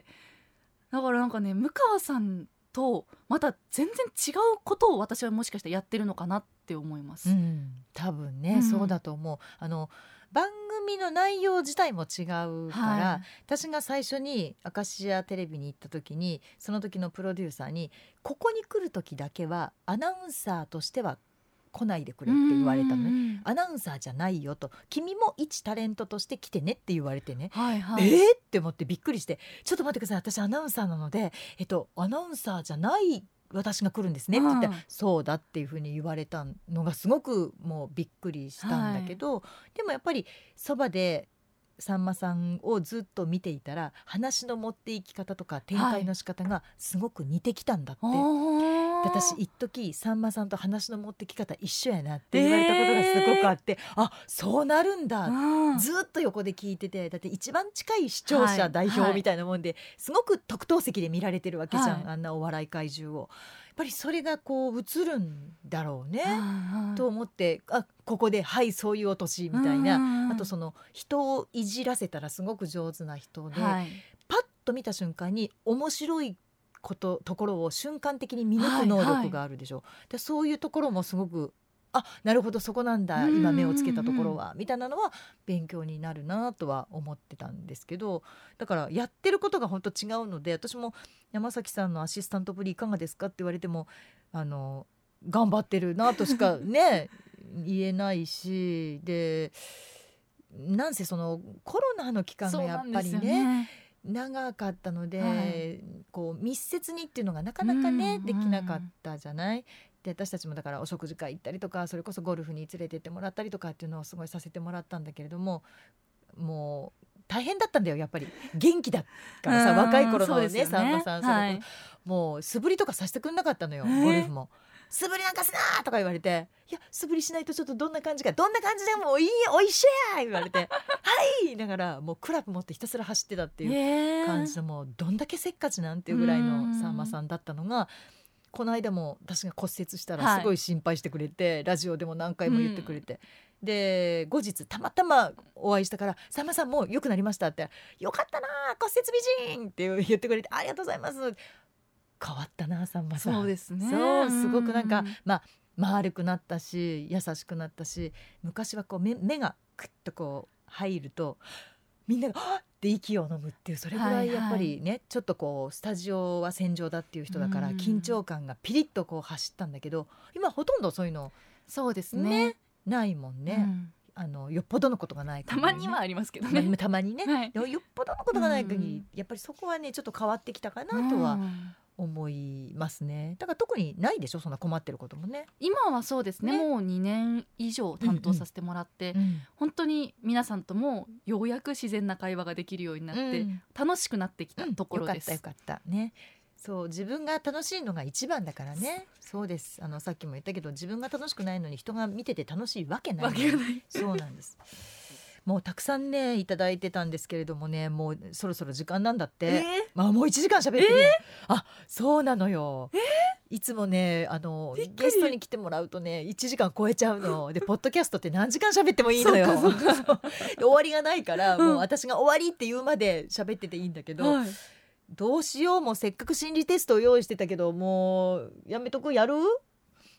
だからなんかね向川さんとまた全然違うことを私はもしかしたらやってるのかなって思います、 うん、多分ね、 うんそうだと思う。あの番組の内容自体も違うから、 はい私が最初に明石家テレビに行った時にその時のプロデューサーにここに来る時だけはアナウンサーとしては来ないでくれって言われたのね。 ね、 アナウンサーじゃないよと、君も一タレントとして来てねって言われてね、 はいはい、 えーって思ってびっくりして、ちょっと待ってください、私アナウンサーなので、えっと、アナウンサーじゃない私が来るんですねって言ったら、 うんそうだっていうふうに言われたのがすごくもうびっくりしたんだけど、でもやっぱりそばでさんまさんをずっと見ていたら話の持っていき方とか展開の仕方がすごく似てきたんだって、 あーで私一時さんまさんと話の持ってき方一緒やなって言われたことがすごくあって、あそうなるんだ、 うんずっと横で聞いてて、だって一番近い視聴者代はい表みたいなもんで、すごく特等席で見られてるわけじゃん、 はいあんなお笑い怪獣を。やっぱりそれがこう映るんだろうね、 うんうんと思って、あここではいそういうお年みたいな、 うんうんあとその人をいじらせたらすごく上手な人で、 はい、 パッと見た瞬間に面白いことところを瞬間的に見抜く能力があるでしょ、でそういうところもすごく、あなるほどそこなんだ今目をつけたところは、みたいなのは勉強になるなとは思ってたんですけど、だからやってることが本当違うので、私も山崎さんのアシスタントぶりいかがですかって言われても、あの頑張ってるなとしかね言えないし、でなんせそのコロナの期間がやっぱりそうなんですよね長かったので、 はいこう密接にっていうのがなかなかね、 うんできなかったじゃない。で私たちもだからお食事会行ったりとか、それこそゴルフに連れてってもらったりとかっていうのをすごいさせてもらったんだけれども、もう大変だったんだよやっぱり。元気だからさ、 うん若い頃のそうですよねねさんまさん、それこそはいもう素振りとかさせてくんなかったのよ、 えーゴルフも。素振りなんかすなーとか言われて、いや素振りしないとちょっとどんな感じか、どんな感じでもいいおいしいや言われてはいだからもうクラブ持ってひたすら走ってたっていうへー感じの、もうどんだけせっかちなんていうぐらいのさんまさんだったのが、この間も私が骨折したらすごい心配してくれて、ラジオでも何回も言ってくれて、で後日たまたまお会いしたから、さんまさんもう良くなりましたって、よかったな骨折美人って言ってくれて、ありがとうございます。変わったなさんまさん。 そうですね、 そうすごくなんか、 うんまあ丸くなったし優しくなったし、昔はこう 目, 目がクッとこう入るとみんながはっって息を飲むっていう、それぐらいやっぱりね、ちょっとこうスタジオは戦場だっていう人だからうん緊張感がピリッとこう走ったんだけど、今ほとんどそういうのそうですねねないもんね、 うんあのよっぽどのことがないた限りねまにはありますけどまね、 たまにね、 はいでもよっぽどのことがない限り、 うんやっぱりそこはねちょっと変わってきたかなとはうん思いますね。だから特にないでしょそんな困ってることもね、 今はそうですね、 ねもうにねん以上担当させてもらって、 うん本当に皆さんともようやく自然な会話ができるようになって、 うん楽しくなってきたうんところです、 よかったよかったね。そう自分が楽しいのが一番だからね。そうです。あのさっきも言ったけど、自分が楽しくないのに人が見てて楽しいわけないわけがないそうなんです。もうたくさんねいただいてたんですけれどもね、もうそろそろ時間なんだって、 えーまあもういちじかん喋ってるよ、あそうなのよ、いつもねあのびっくりゲストに来てもらうとねいちじかん超えちゃうので、ポッドキャストって何時間喋ってもいいのよそうかそうそうで終わりがないから、 うんもう私が終わりって言うまで喋ってていいんだけど、 はいどうしよう、もうせっかく心理テストを用意してたけど、もうやめとく、やる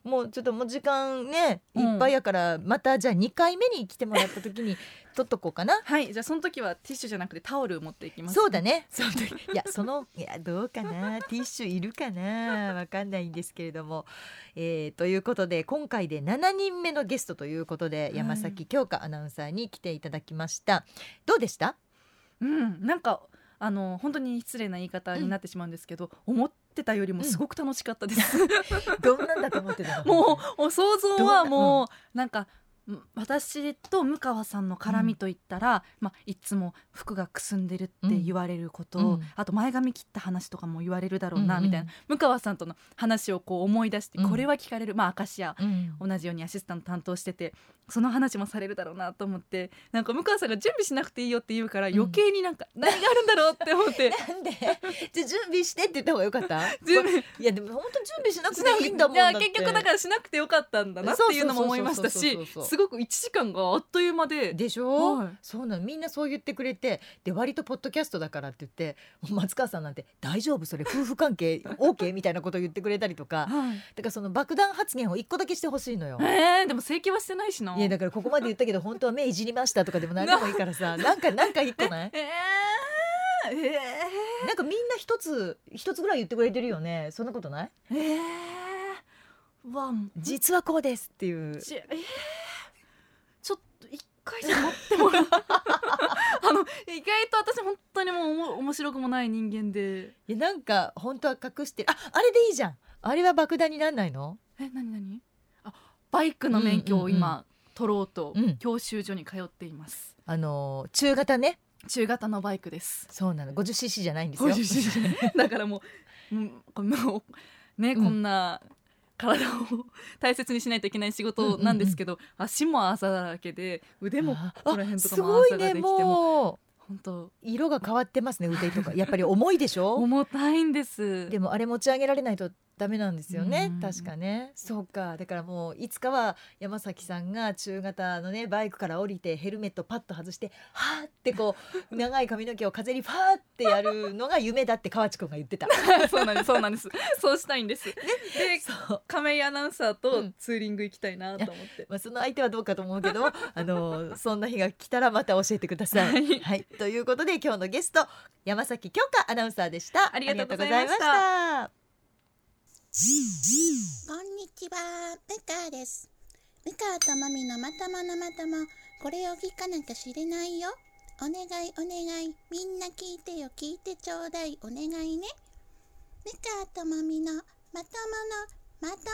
もうちょっともう時間ねいっぱいやから、うん、またじゃあにかいめに来てもらった時に取っとこうかな。 はい、じゃあその時はティッシュじゃなくてタオル持っていきます。 そうだね。その時いやそのいやどうかなティッシュいるかなわかんないんですけれども、えー、ということで今回でしちにんめのゲストということで、はい、山崎京香アナウンサーに来ていただきました。どうでした？ うん、なんかあの本当に失礼な言い方になってしまうんですけど、うん、思ってたよりもすごく楽しかったです、うん、 どんなんだと思ってたの？ もう想像はもう、うん、なんか私と向川さんの絡みといったら、うんまあ、いつも服がくすんでるって言われること、うん、あと前髪切った話とかも言われるだろうな、うんうん、みたいな向川さんとの話をこう思い出して、うん、これは聞かれる、まあ明石家、うん、同じようにアシスタント担当しててその話もされるだろうなと思って、なんか向川さんが準備しなくていいよって言うから余計になんか何があるんだろうって思ってなんでじゃ準備してって言った方がよかった準備いやでも本当準備しなくていいんだもん。だっていや結局だからしなくてよかったんだなっていうのも思いましたし、すごくいちじかんがあっという間ででしょ、はい、そうなの。みんなそう言ってくれて、で割とポッドキャストだからって言って松川さんなんて大丈夫それ夫婦関係 OK みたいなことを言ってくれたりとか、はい、だからその爆弾発言をいっこだけしてほしいのよ。 えー、でも整形はしてないしな。 いやだからここまで言ったけど本当は目いじりましたとかでも何でもいいからさなんかなんかいっこない？えー、えー、なんかみんな一つ一つぐらい言ってくれてるよね。そんなことない？えー、わ実はこうですっていう、えー、 ちょっと一回じゃ待ってもらうあの意外と私本当にもう面白くもない人間で、 いやなんか本当は隠してる。あ、あれでいいじゃん。あれは爆弾になんないの？ え、何何？あ、バイクの免許を今、うんうんうん、取ろうと教習所に通っています、 うん、あの中型ね。 中型のバイクです。 そうなの ごじゅっシーシー じゃないんですよ。 ごじゅっシーシー だからもう、もうね、うん、こんな体を大切にしないといけない仕事なんですけど、うんうんうん、足もあざだらけで腕もここら辺とかもあざができて、も本当色が変わってますね。腕とかやっぱり重いでしょ重たいんです。 でもあれ持ち上げられないとダメなんですよね、確かね。そうか、だからもういつかは山崎さんが中型のねバイクから降りてヘルメットパッと外してはーってこう長い髪の毛を風にファーってやるのが夢だって河内くんが言ってたそうなんですそうなんですそうしたいんです、ね、で亀井アナウンサーとツーリング行きたいなと思って、 うん、まあ、その相手はどうかと思うけどあのそんな日が来たらまた教えてください、はいはい、ということで今日のゲスト山崎京香アナウンサーでした。 ありがとうございました。 こんにちは、むかです。むかともみのまとものまとも、これを聞かなきゃ知れないよ。お願いお願い、みんな聞いてよ、聞いてちょうだい、お願いね。むかともみのまとものまとも。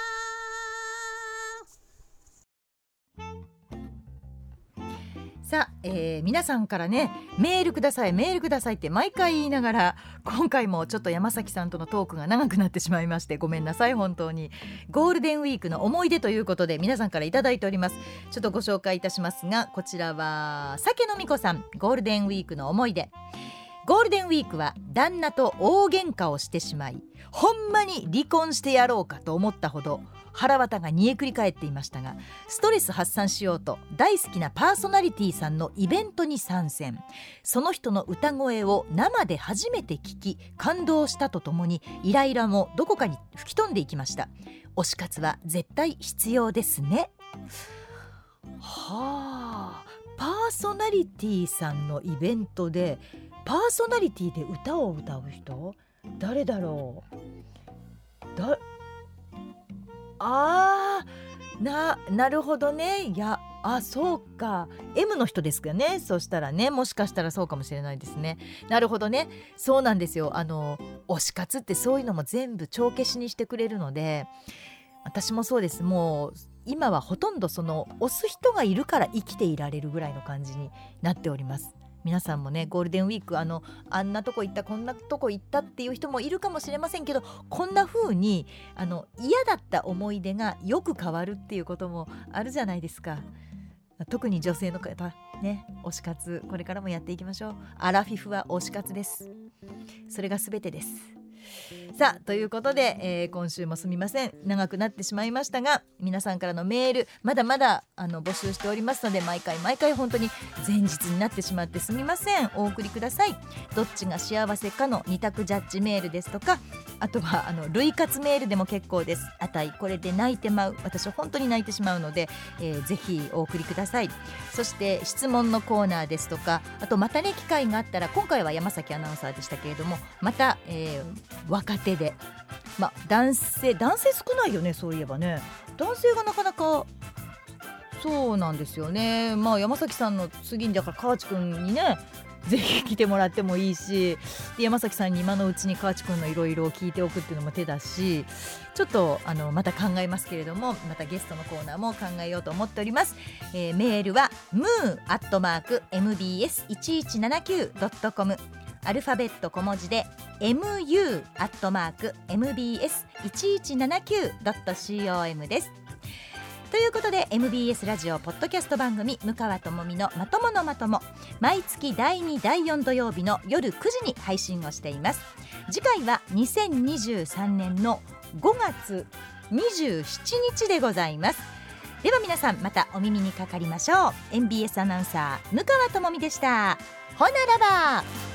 さあ、えー、皆さんからねメールくださいメールくださいって毎回言いながら、今回もちょっと山崎さんとのトークが長くなってしまいましてごめんなさい。本当にゴールデンウィークの思い出ということで皆さんからいただいております。ちょっとご紹介いたしますが、こちらは酒のみこさん。ゴールデンウィークの思い出。ゴールデンウィークは旦那と大喧嘩をしてしまい、ほんまに離婚してやろうかと思ったほど腹渡が煮えくり返っていましたが、ストレス発散しようと大好きなパーソナリティさんのイベントに参戦。その人の歌声を生で初めて聞き感動したとともに、イライラもどこかに吹き飛んでいきました。推し活は絶対必要ですね。はあ、パーソナリティさんのイベントでパーソナリティで歌を歌う人誰だろう。だあー な, なるほどね。いや、あ、そうか M の人ですかね。そしたらね、もしかしたらそうかもしれないですね。なるほどね。そうなんですよ。あの推し活ってそういうのも全部帳消しにしてくれるので、私もそうです。もう今はほとんどその推す人がいるから生きていられるぐらいの感じになっております。皆さんもね、ゴールデンウィーク あのあんなとこ行ったこんなとこ行ったっていう人もいるかもしれませんけど、こんな風にあの嫌だった思い出がよく変わるっていうこともあるじゃないですか。特に女性の方ね、推し活これからもやっていきましょう。アラフィフは推し活です。それが全てです。 さあということで、えー、今週もすみません長くなってしまいましたが、皆さんからのメールまだまだあの募集しておりますので、毎回毎回本当に前日になってしまってすみません。お送りください。どっちが幸せかの二択ジャッジメールですとか、あとはあの類活メールでも結構です。あたいこれで泣いてまう、私は本当に泣いてしまうので、えー、ぜひお送りください。そして質問のコーナーですとか、あとまたね機会があったら、今回は山崎アナウンサーでしたけれども、また、えー、若手で、ま、男性男性少ないよね、そういえばね男性がなかなかそうなんですよね。まあ山崎さんの次にだから河内くんにねぜひ来てもらってもいいし、で山崎さんに今のうちに河内くんのいろいろ聞いておくっていうのも手だし、ちょっとあのまた考えますけれども、またゲストのコーナーも考えようと思っております。えー、メールは ムー アットマーク エムビーエスいちいちななきゅう ドットコム、 アルファベット小文字で エムユー アットマーク エムビーエスいちいちななきゅう ドットコム です。ということで エムビーエス ラジオポッドキャスト番組向川智美のまとものまとも、毎月だいにだいよん土曜日の夜くじに配信をしています。次回はにせんにじゅうさんねんのごがつにじゅうしちにちでございます。では皆さんまたお耳にかかりましょう。 エムビーエス アナウンサー向川智美でした。ほならば。